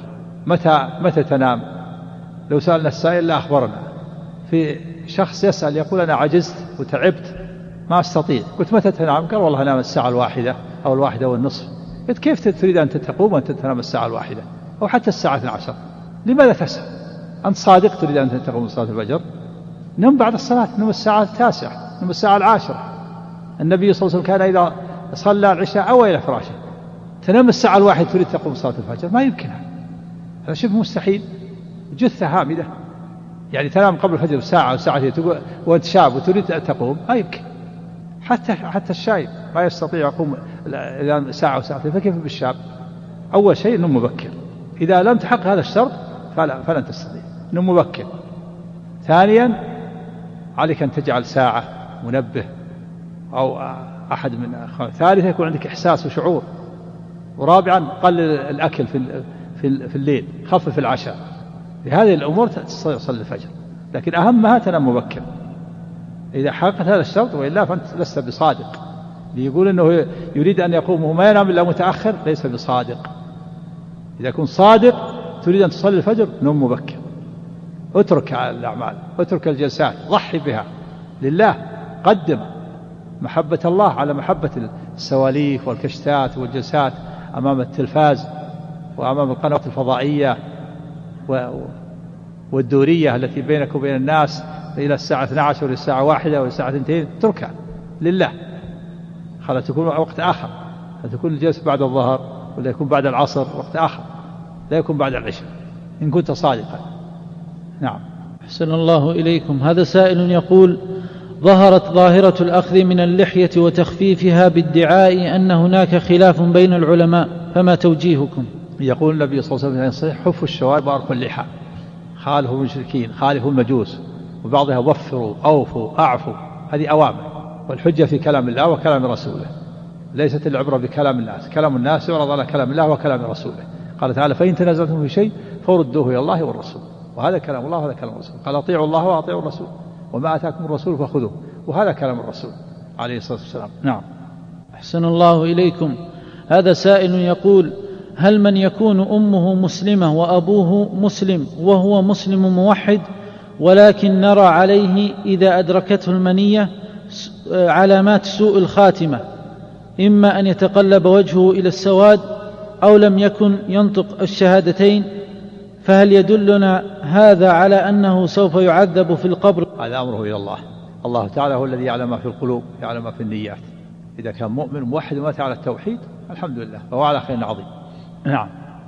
متى تنام؟ لو سألنا السائل لا أخبرنا. في شخص يسأل يقول أنا عجزت وتعبت ما أستطيع، قلت متى تنام؟ قال والله أنام الساعة 1 أو 1:30. قلت كيف تريد أن تقوم وأنت تنام الساعة 1 أو حتى الساعة 12؟ لماذا تسأل؟ أنت صادق تريد أن تقوم صلاة الفجر؟ نم بعد الصلاة، نم الساعة 9، نم الساعة 10. النبي صلى الله عليه وسلم كان إذا صلى العشاء أو إلى فراشه. تنام الساعة 1 تريد تقوم صلاة الفجر؟ ما يمكن، هذا شبه مستحيل. جثة هامدة، يعني تنام قبل الفجر بساعة أو ساعتين وأنت شاب وتريد أن تقوم؟ ما يمكن. حتى الشايب ما يستطيع يقوم إلى ساعة أو ساعتين، فكيف بالشاب؟ أول شيء نم مبكر، إذا لم تحقق هذا الشرط فلن تستطيع. نم مبكر. ثانيا عليك أن تجعل ساعة منبه أو أحد من أخوانك. ثالثا يكون عندك إحساس وشعور. ورابعا قلل الأكل في الليل، خفف العشاء. بهذه الأمور تصلي الفجر، لكن أهمها تنام مبكر إذا حققت هذا الشرط، وإلا فأنت لست بصادق. يقول أنه يريد أن يقوم وما ينام إلا متأخر ليس بصادق. إذا كنت صادق تريد أن تصلي الفجر نم مبكر، اترك الأعمال، اترك الجلسات، ضحي بها لله، قدم محبة الله على محبة السواليف والكشتات والجلسات أمام التلفاز وأمام القنوات الفضائية والدورية التي بينك وبين الناس إلى الساعة 12 ولا الساعة 1 ولا الساعة 2 تركها لله، خلها تكون وقت آخر، تكون الجلسة بعد الظهر ولا يكون بعد العصر وقت آخر، لا يكون بعد العشاء إن كنت صادقا. نعم. أحسن الله إليكم. هذا سائل يقول: ظهرت ظاهرة الأخذ من اللحية وتخفيفها بادعاء أن هناك خلاف بين العلماء، فما توجيهكم؟ يقول النبي صلى الله عليه وسلم: صحيح حفوا الشوارب وأرخوا اللحى، خالفوا المشركين، خالفوا المجوس، وبعضها وفروا أوفوا أعفوا، هذه أوامر، والحجة في كلام الله وكلام رسوله، ليست العبرة بكلام الناس، كلام الناس يعرض على كلام الله وكلام رسوله. قال تعالى: فإن تنازلتم في شيء فردوه إلى الله والرسول، وهذا كلام الله وهذا كلام الرسول. قال: أطيعوا الله وأطيعوا الرسول وما آتاكم الرسول فخذوه، وهذا كلام الرسول عليه الصلاة والسلام. نعم. أحسن الله إليكم. هذا سائل يقول: هل من يكون أمه مسلمة وأبوه مسلم وهو مسلم موحد، ولكن نرى عليه إذا أدركته المنية علامات سوء الخاتمة، إما أن يتقلب وجهه إلى السواد أو لم يكن ينطق الشهادتين، فهل يدلنا هذا على أنه سوف يعذب في القبر؟ هذا أمره إلى الله. الله تعالى هو الذي يعلم ما في القلوب، يعلم ما في النيات. إذا كان مؤمن موحد ومات على التوحيد الحمد لله، فهو على خير عظيم. نعم.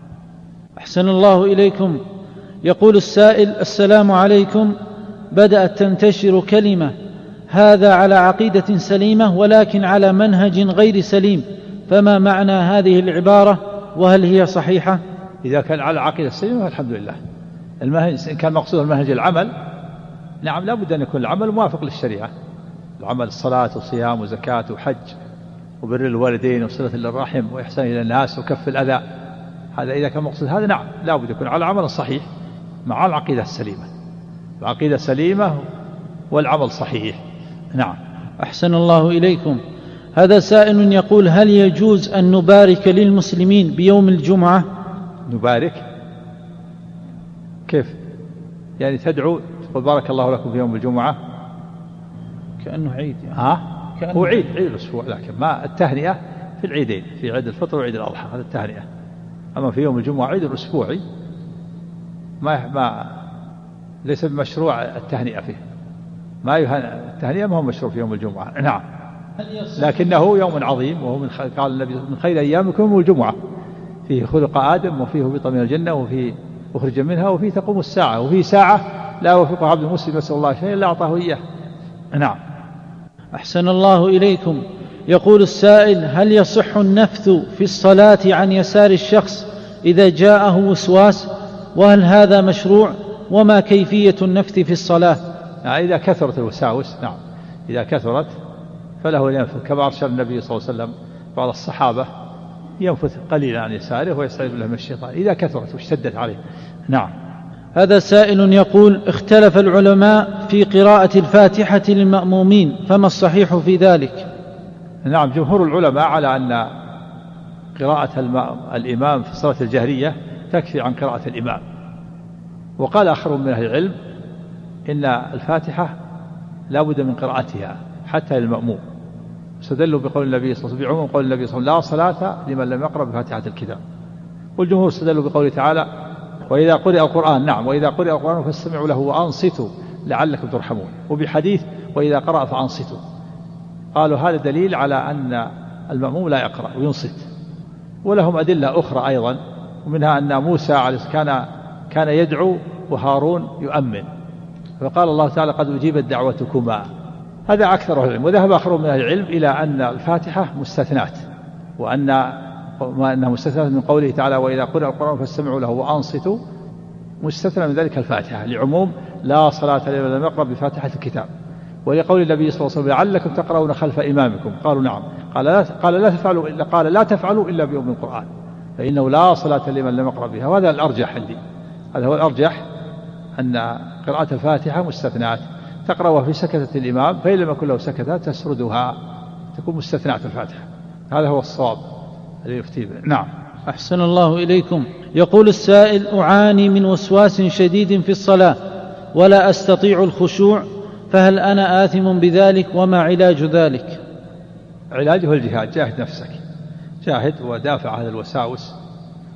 أحسن الله إليكم. يقول السائل: السلام عليكم، بدأت تنتشر كلمة هذا على عقيدة سليمة ولكن على منهج غير سليم، فما معنى هذه العبارة وهل هي صحيحة؟ إذا كان على عقيدة سليمة الحمد لله. المنهج إن كان مقصود المنهج العمل، نعم لا بد أن يكون العمل موافق للشريعة، العمل الصلاة وصيام وزكاة وحج وبر الوالدين وصلة للرحم وإحسان إلى الناس وكف الأذى، هذا إذا كان مقصود هذا نعم لا بد يكون على العمل الصحيح مع العقيدة السليمة، العقيدة سليمة والعمل صحيح. نعم. أحسن الله إليكم. هذا سائل يقول: هل يجوز أن نبارك للمسلمين بيوم الجمعة؟ نبارك كيف؟ يعني تدعو تقول بارك الله لكم في يوم الجمعة، كأنه عيد يعني. هو عيد الأسبوع، لكن ما التهنئة في العيدين، في عيد الفطر وعيد الأضحى، هذا التهنئة. أما في يوم الجمعة عيد الأسبوعي ما ليس بمشروع التهنئة فيه، ما التهنئة ما هو مشروع في يوم الجمعة. نعم. لكنه يوم عظيم، وهو قال النبي: من خير أيامكم يوم الجمعة، فيه خلق آدم وفيه هبط من الجنة وفيه أخرج منها وفيه تقوم الساعة وفيه ساعة لا يوفقها عبد مسلم يسأل الله شيئا إلا أعطاه إياه. نعم. أحسن الله إليكم. يقول السائل: هل يصح النفث في الصلاة عن يسار الشخص إذا جاءه وسواس، وهل هذا مشروع، وما كيفية النفث في الصلاة؟ إذا كثرت الوساوس، نعم إذا كثرت فله أن ينفث، كما أرشد النبي صلى الله عليه وسلم بعض الصحابة ينفث قليلا عن يساره ويستعيذ بالله من الشيطان إذا كثرت واشتدت عليه. نعم. هذا سائل يقول: اختلف العلماء في قراءة الفاتحة للمأمومين، فما الصحيح في ذلك؟ نعم، جمهور العلماء على أن قراءة الإمام في الصلاة الجهرية تكفي عن قراءة الإمام، وقال آخر من أهل العلم إن الفاتحة لا بد من قراءتها حتى للمأموم، استدلوا بقول النبي صلى الله عليه وسلم، بعموم قول النبي صلى الله عليه وسلم: لا صلاة لمن لم يقرأ بفاتحة الكتاب. والجمهور استدلوا بقوله تعالى: وإذا قرئ القرآن، نعم وإذا قرئ القرآن فاستمعوا له وأنصتوا لعلكم ترحمون، وبحديث وإذا قرأ فأنصتوا. قالوا هذا دليل على أن المأموم لا يقرأ وينصت. ولهم أدلة أخرى أيضا، ومنها أن موسى عليه كان يدعو وهارون يؤمن، فقال الله تعالى: قد أجيبت دعوتكما. هذا أكثر أهل العلم. وذهب آخر من أهل العلم إلى أن الفاتحة مستثنات، وأنها مستثنات من قوله تعالى: وإذا قرأ القرآن فاستمعوا له وأنصتوا، مستثنى من ذلك الفاتحة لعموم لا صلاة لمن لم يقرأ بفاتحة الكتاب. ولقول النبي صلى الله عليه وسلم: لعلكم تقرؤون خلف إمامكم. قالوا نعم. قال لا تفعلوا إلا بأم القرآن، فإنه لا صلاة لمن لم يقرأ بها. وهذا الأرجح عندي، هذا هو الأرجح، أن قراءة الفاتحة مستثنات، تقرأها في سكتة الإمام، فإن لم يكن له سكتة تسردها، تكون مستثنات الفاتحة. هذا هو الصواب الذي يفتي به. نعم. أحسن الله إليكم. يقول السائل: أعاني من وسواس شديد في الصلاة ولا أستطيع الخشوع، فهل أنا آثم بذلك، وما علاج ذلك؟ علاجه الجهاد، جاهد نفسك، جاهد ودافع هذا الوساوس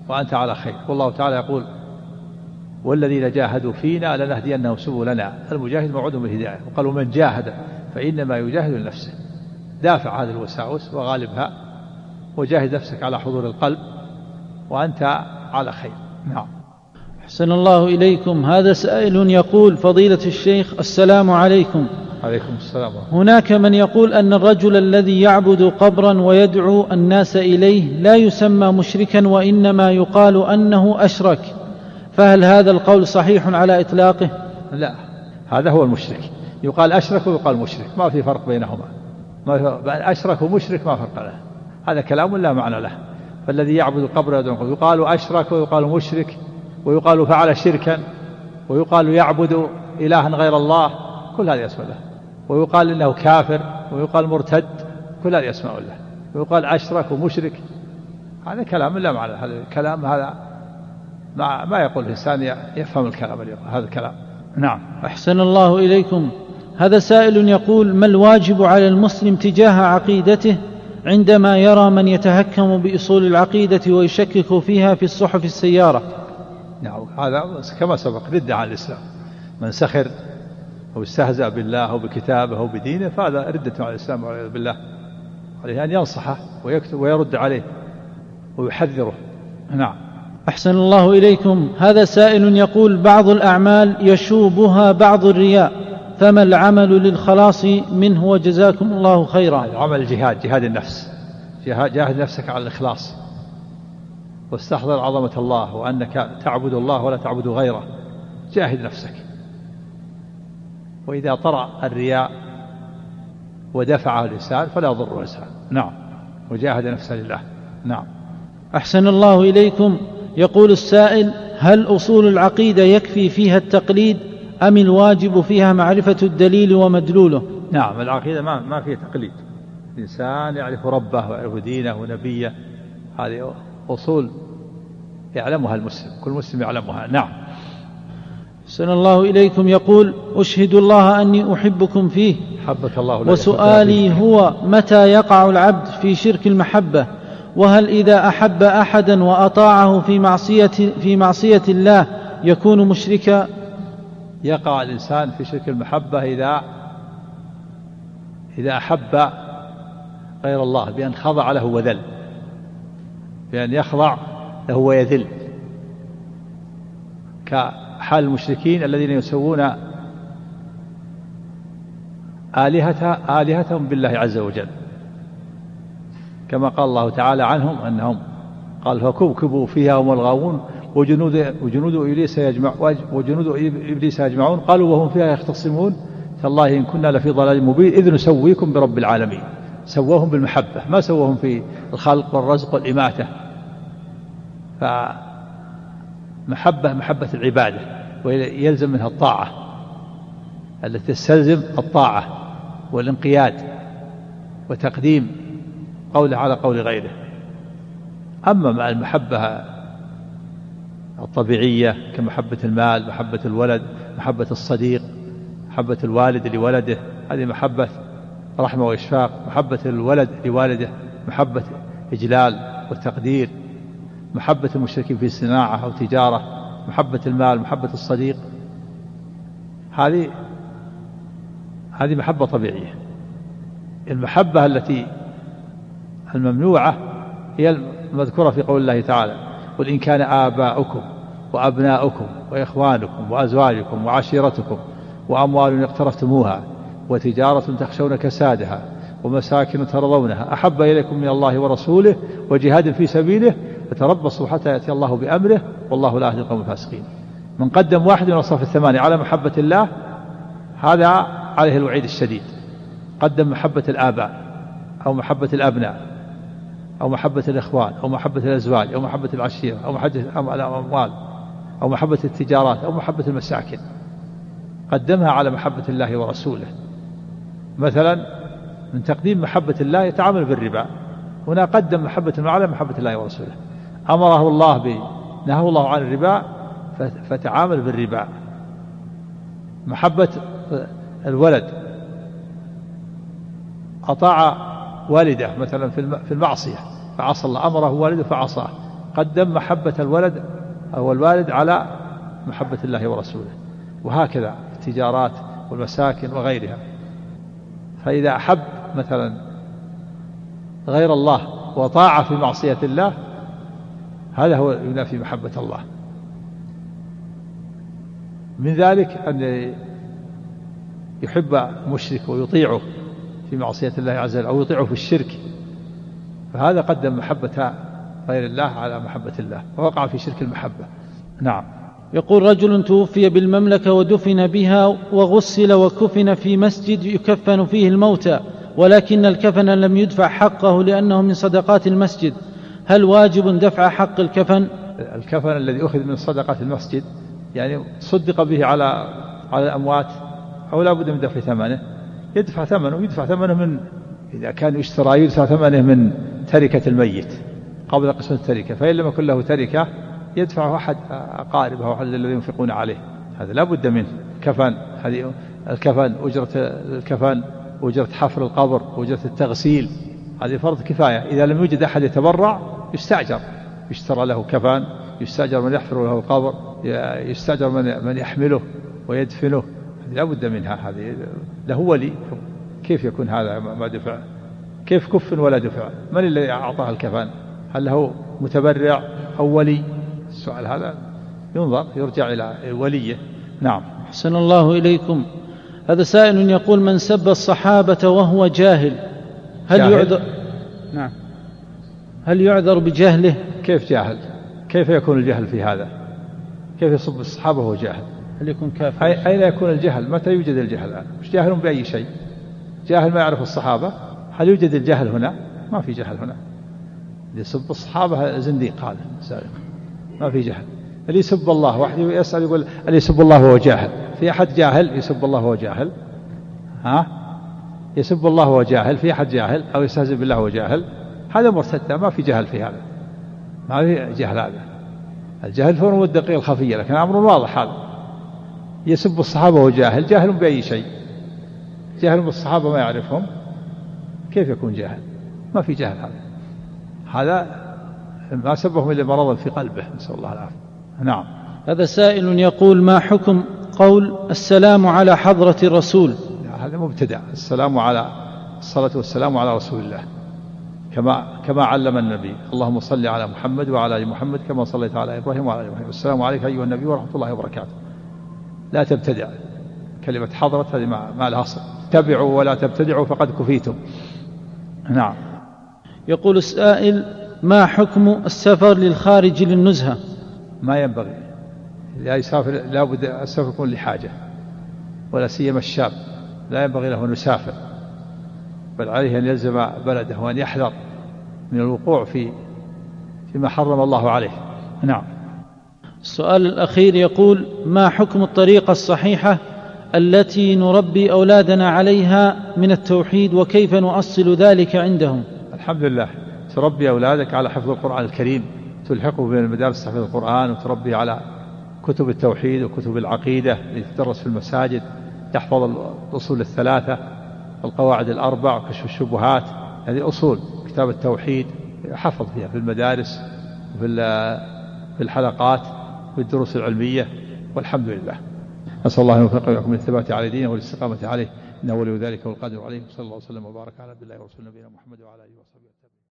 وأنت على خير. والله تعالى يقول والذين جاهدوا فينا لنهدينهم سبلنا. المجاهد موعود بالهداية. وقالوا من جاهد فإنما يجاهد لنفسه. دافع هذه الوساوس وغالبها وجاهد نفسك على حضور القلب وأنت على خير. نعم. أحسن الله إليكم. هذا سائل يقول فضيلة الشيخ السلام عليكم. عليكم السلام. هناك من يقول أن الرجل الذي يعبد قبرا ويدعو الناس إليه لا يسمى مشركا وإنما يقال أنه أشرك، فهل هذا القول صحيح على إطلاقه؟ لا، هذا هو المشرك. يقال أشرك ويقال مشرك، ما في فرق بينهما. أشرك ومشرك ما فرق له. هذا كلام لا معنى له. فالذي يعبد القبر ويدعو يقال أشرك ويقال مشرك ويقال فعل شركا ويقال يعبد إلها غير الله، كل هذه أسماء له. ويقال إنه كافر ويقال مرتد، كل هذه أسماء له. ويقال أشرك ومشرك، هذا كلام لا معنى. هذا الكلام هذا ما يقول الإنسان يفهم الكلام هذا الكلام. نعم. أحسن الله إليكم. هذا سائل يقول ما الواجب على المسلم تجاه عقيدته عندما يرى من يتهكم بأصول العقيدة ويشكك فيها في الصحف السيارة؟ نعم، هذا كما سبق ردة عن الإسلام. من سخر أو استهزأ بالله أو بكتابه أو بدينه فهذا ردة عن الإسلام والعياذ بالله. عليه أن ينصحه ويكتب ويرد عليه ويحذره. نعم. أحسن الله إليكم. هذا سائل يقول بعض الأعمال يشوبها بعض الرياء، فما العمل للخلاص منه وجزاكم الله خيرا؟ عمل الجهاد، جهاد النفس، جاهد نفسك على الإخلاص واستحضر عظمة الله وأنك تعبد الله ولا تعبد غيره. جاهد نفسك. وإذا طرأ الرياء ودفعه الإنسان فلا يضر الإنسان. نعم. وجاهد نفسه لله. نعم. أحسن الله إليكم. يقول السائل هل أصول العقيدة يكفي فيها التقليد أم الواجب فيها معرفة الدليل ومدلوله؟ نعم، العقيدة ما فيها تقليد. الإنسان يعرف ربه ويعرف دينه ونبيه، هذه أصول يعلمها المسلم، كل مسلم يعلمها. نعم. أحسن الله إليكم. يقول أشهد الله أني أحبكم فيه، حبك الله. وسؤالي هو متى يقع العبد في شرك المحبة؟ وهل إذا أحب أحدا وأطاعه في معصية الله يكون مشركا؟ يقع الإنسان في شرك المحبة إذا أحب غير الله بأن خضع له وذل، بأن يخضع له ويذل، كحال المشركين الذين يسوون آلهتهم بالله عز وجل، كما قال الله تعالى عنهم أنهم قال فكبكبوا فيها هم الغاوون وجنود إبليس يجمعون قالوا وهم فيها يختصمون تالله إن كنا لفي ضلال مبين إذ نسويكم برب العالمين. سووهم بالمحبة، ما سووهم في الخلق والرزق والإماتة. محبة العبادة، ويلزم منها الطاعة التي تستلزم الطاعة والانقياد وتقديم قوله على قول غيره. أما مع المحبة الطبيعية كمحبة المال، محبة الولد، محبة الصديق، محبة الوالد لولده، هذه محبة رحمة وإشفاق. محبة الولد لوالده محبة إجلال وتقدير. محبة المشركين في صناعة أو تجارة، محبة المال، محبة الصديق، هذه محبة طبيعية. المحبة التي الممنوعة هي المذكورة في قول الله تعالى قل إن كان آباؤكم وأبناؤكم وإخوانكم وأزواجكم وعشيرتكم وأموال اقترفتموها وتجارة تخشون كسادها ومساكن ترضونها أحب إليكم من الله ورسوله وجهاد في سبيله فتربصوا حتى يأتي الله بأمره والله لا يهدي القوم الفاسقين. من قدم واحد من الأوصاف الثمانية على محبة الله هذا عليه الوعيد الشديد. قدم محبة الآباء أو محبة الأبناء أو محبة الإخوان أو محبة الأزواج أو محبة العشيرة أو محبة الأموال أو محبة التجارات أو محبة المساكن، قدمها على محبة الله ورسوله. مثلا من تقديم محبة الله يتعامل بالربا، هنا قدم محبة على محبة الله ورسوله. أمره الله نهى الله عن الربا فتعامل بالربا. محبة الولد أطاع والده مثلا في المعصية فعصى الله، أمره والده فعصاه قدم محبة الولد أو الوالد على محبة الله ورسوله، وهكذا التجارات والمساكن وغيرها. فإذا أحب مثلا غير الله وطاع في معصية الله، هذا هو ينافي محبة الله. من ذلك أن يحب مشرك ويطيعه في معصية الله عز وجل أو يطيعه في الشرك، فهذا قدم محبة غير الله على محبة الله ووقع في شرك المحبة. نعم. يقول رجل توفي بالمملكة ودفن بها وغسل وكفن في مسجد يكفن فيه الموتى، ولكن الكفن لم يدفع حقه لأنه من صدقات المسجد، هل واجب دفع حق الكفن؟ الكفن الذي أخذ من صدقات المسجد يعني صدق به على الأموات، أو لا بد من دفع ثمنه، يدفع ثمنه من، إذا كان يشترى يدفع ثمنه من تركة الميت قبل قسمة التركة، فإن لم يكن له تركة يدفع أحد أقاربه أحد الذين ينفقون عليه، هذا لا بد منه. كفن، هذه الكفن، أجرة الكفن، أجرة حفر القبر، أجرة التغسيل، هذه فرض كفاية. إذا لم يوجد أحد يتبرع يستأجر، يشترى له كفن، يستأجر من يحفر له القبر، يستأجر من يحمله ويدفنه، هذه لا بد منها. هذه له ولي، كيف يكون هذا ما دفع؟ كيف كف ولا دفع؟ من الذي أعطاه الكفن؟ هل له متبرع أو ولي؟ السؤال هذا ينظر، يرجع إلى وليه. نعم. أحسن الله إليكم. هذا سائل يقول: من سب الصحابة وهو جاهل هل يعذر؟ نعم. هل يعذر بجهله؟ كيف جاهل؟ كيف يكون الجهل في هذا؟ كيف يسب الصحابة وهو جاهل؟ هل يكون كافر؟ أين يكون الجهل؟ متى يوجد الجهل الآن؟ مش جاهل بأي شيء، جاهل ما يعرف الصحابة. هل يوجد الجهل هنا؟ ما في جهل هنا. اللي يسب الصحابة زنديق، هذا ما في جهل. اللي يسب الله وحده يسأل يقول اللي يسب الله وهو جاهل. في أحد جاهل يسب الله وهو جاهل؟ يسب الله وهو جاهل؟ في أحد جاهل أو يستهزئ بالله وهو جاهل؟ هذا مرتد، ما في جهل في هذا، ما في جهل. هذا الجهل هو الدقيق الخفية، لكن أمر واضح. هذا يسب الصحابة وهو جاهل، جاهل بأي شيء، جاهل بالصحابة ما يعرفهم، كيف يكون جاهل؟ ما في جهل. هذا ما سبهم إلا مرضا في قلبه، نسأل الله العافية. نعم. هذا سائل يقول: ما حكم قول السلام على حضرة الرسول؟ هذا مبتدع. السلام على الصلاة والسلام على رسول الله كما علم النبي. اللهم صل على محمد وعلى آل محمد كما صليت على إبراهيم وعلى آل إبراهيم. السلام عليك أيها النبي ورحمة الله وبركاته. لا تبتدع. كلمة حضرة هذه ما لها أصل. اتبعوا ولا تبتدعوا فقد كفيتم. نعم. يقول السائل: ما حكم السفر للخارج للنزهة؟ ما ينبغي. لا يسافر، لا بد السفر يكون لحاجة، ولا سيما الشاب لا ينبغي له أن يسافر، بل عليه أن يلزم بلده وأن يحذر من الوقوع فيما حرم الله عليه. نعم. السؤال الأخير يقول: ما حكم الطريقة الصحيحة التي نربي أولادنا عليها من التوحيد، وكيف نؤصل ذلك عندهم؟ الحمد لله. تربي أولادك على حفظ القرآن الكريم، تلحقه بين المدارس حفظ القرآن، وتربي على كتب التوحيد وكتب العقيدة اللي تدرس في المساجد، يحفظ الأصول الثلاثة، القواعد الأربع، وكشف الشبهات، هذه أصول كتاب التوحيد حفظ فيها في المدارس وفي الحلقات والدروس العلمية، والحمد لله. أسأل الله أن يوفقنا وإياكم للثبات على دينه والاستقامة عليه، إنه ولي ذلك والقادر عليه. صلى الله وسلم وبارك على عبد الله ورسول نبينا محمد وعلى آله وصحبه وسلم.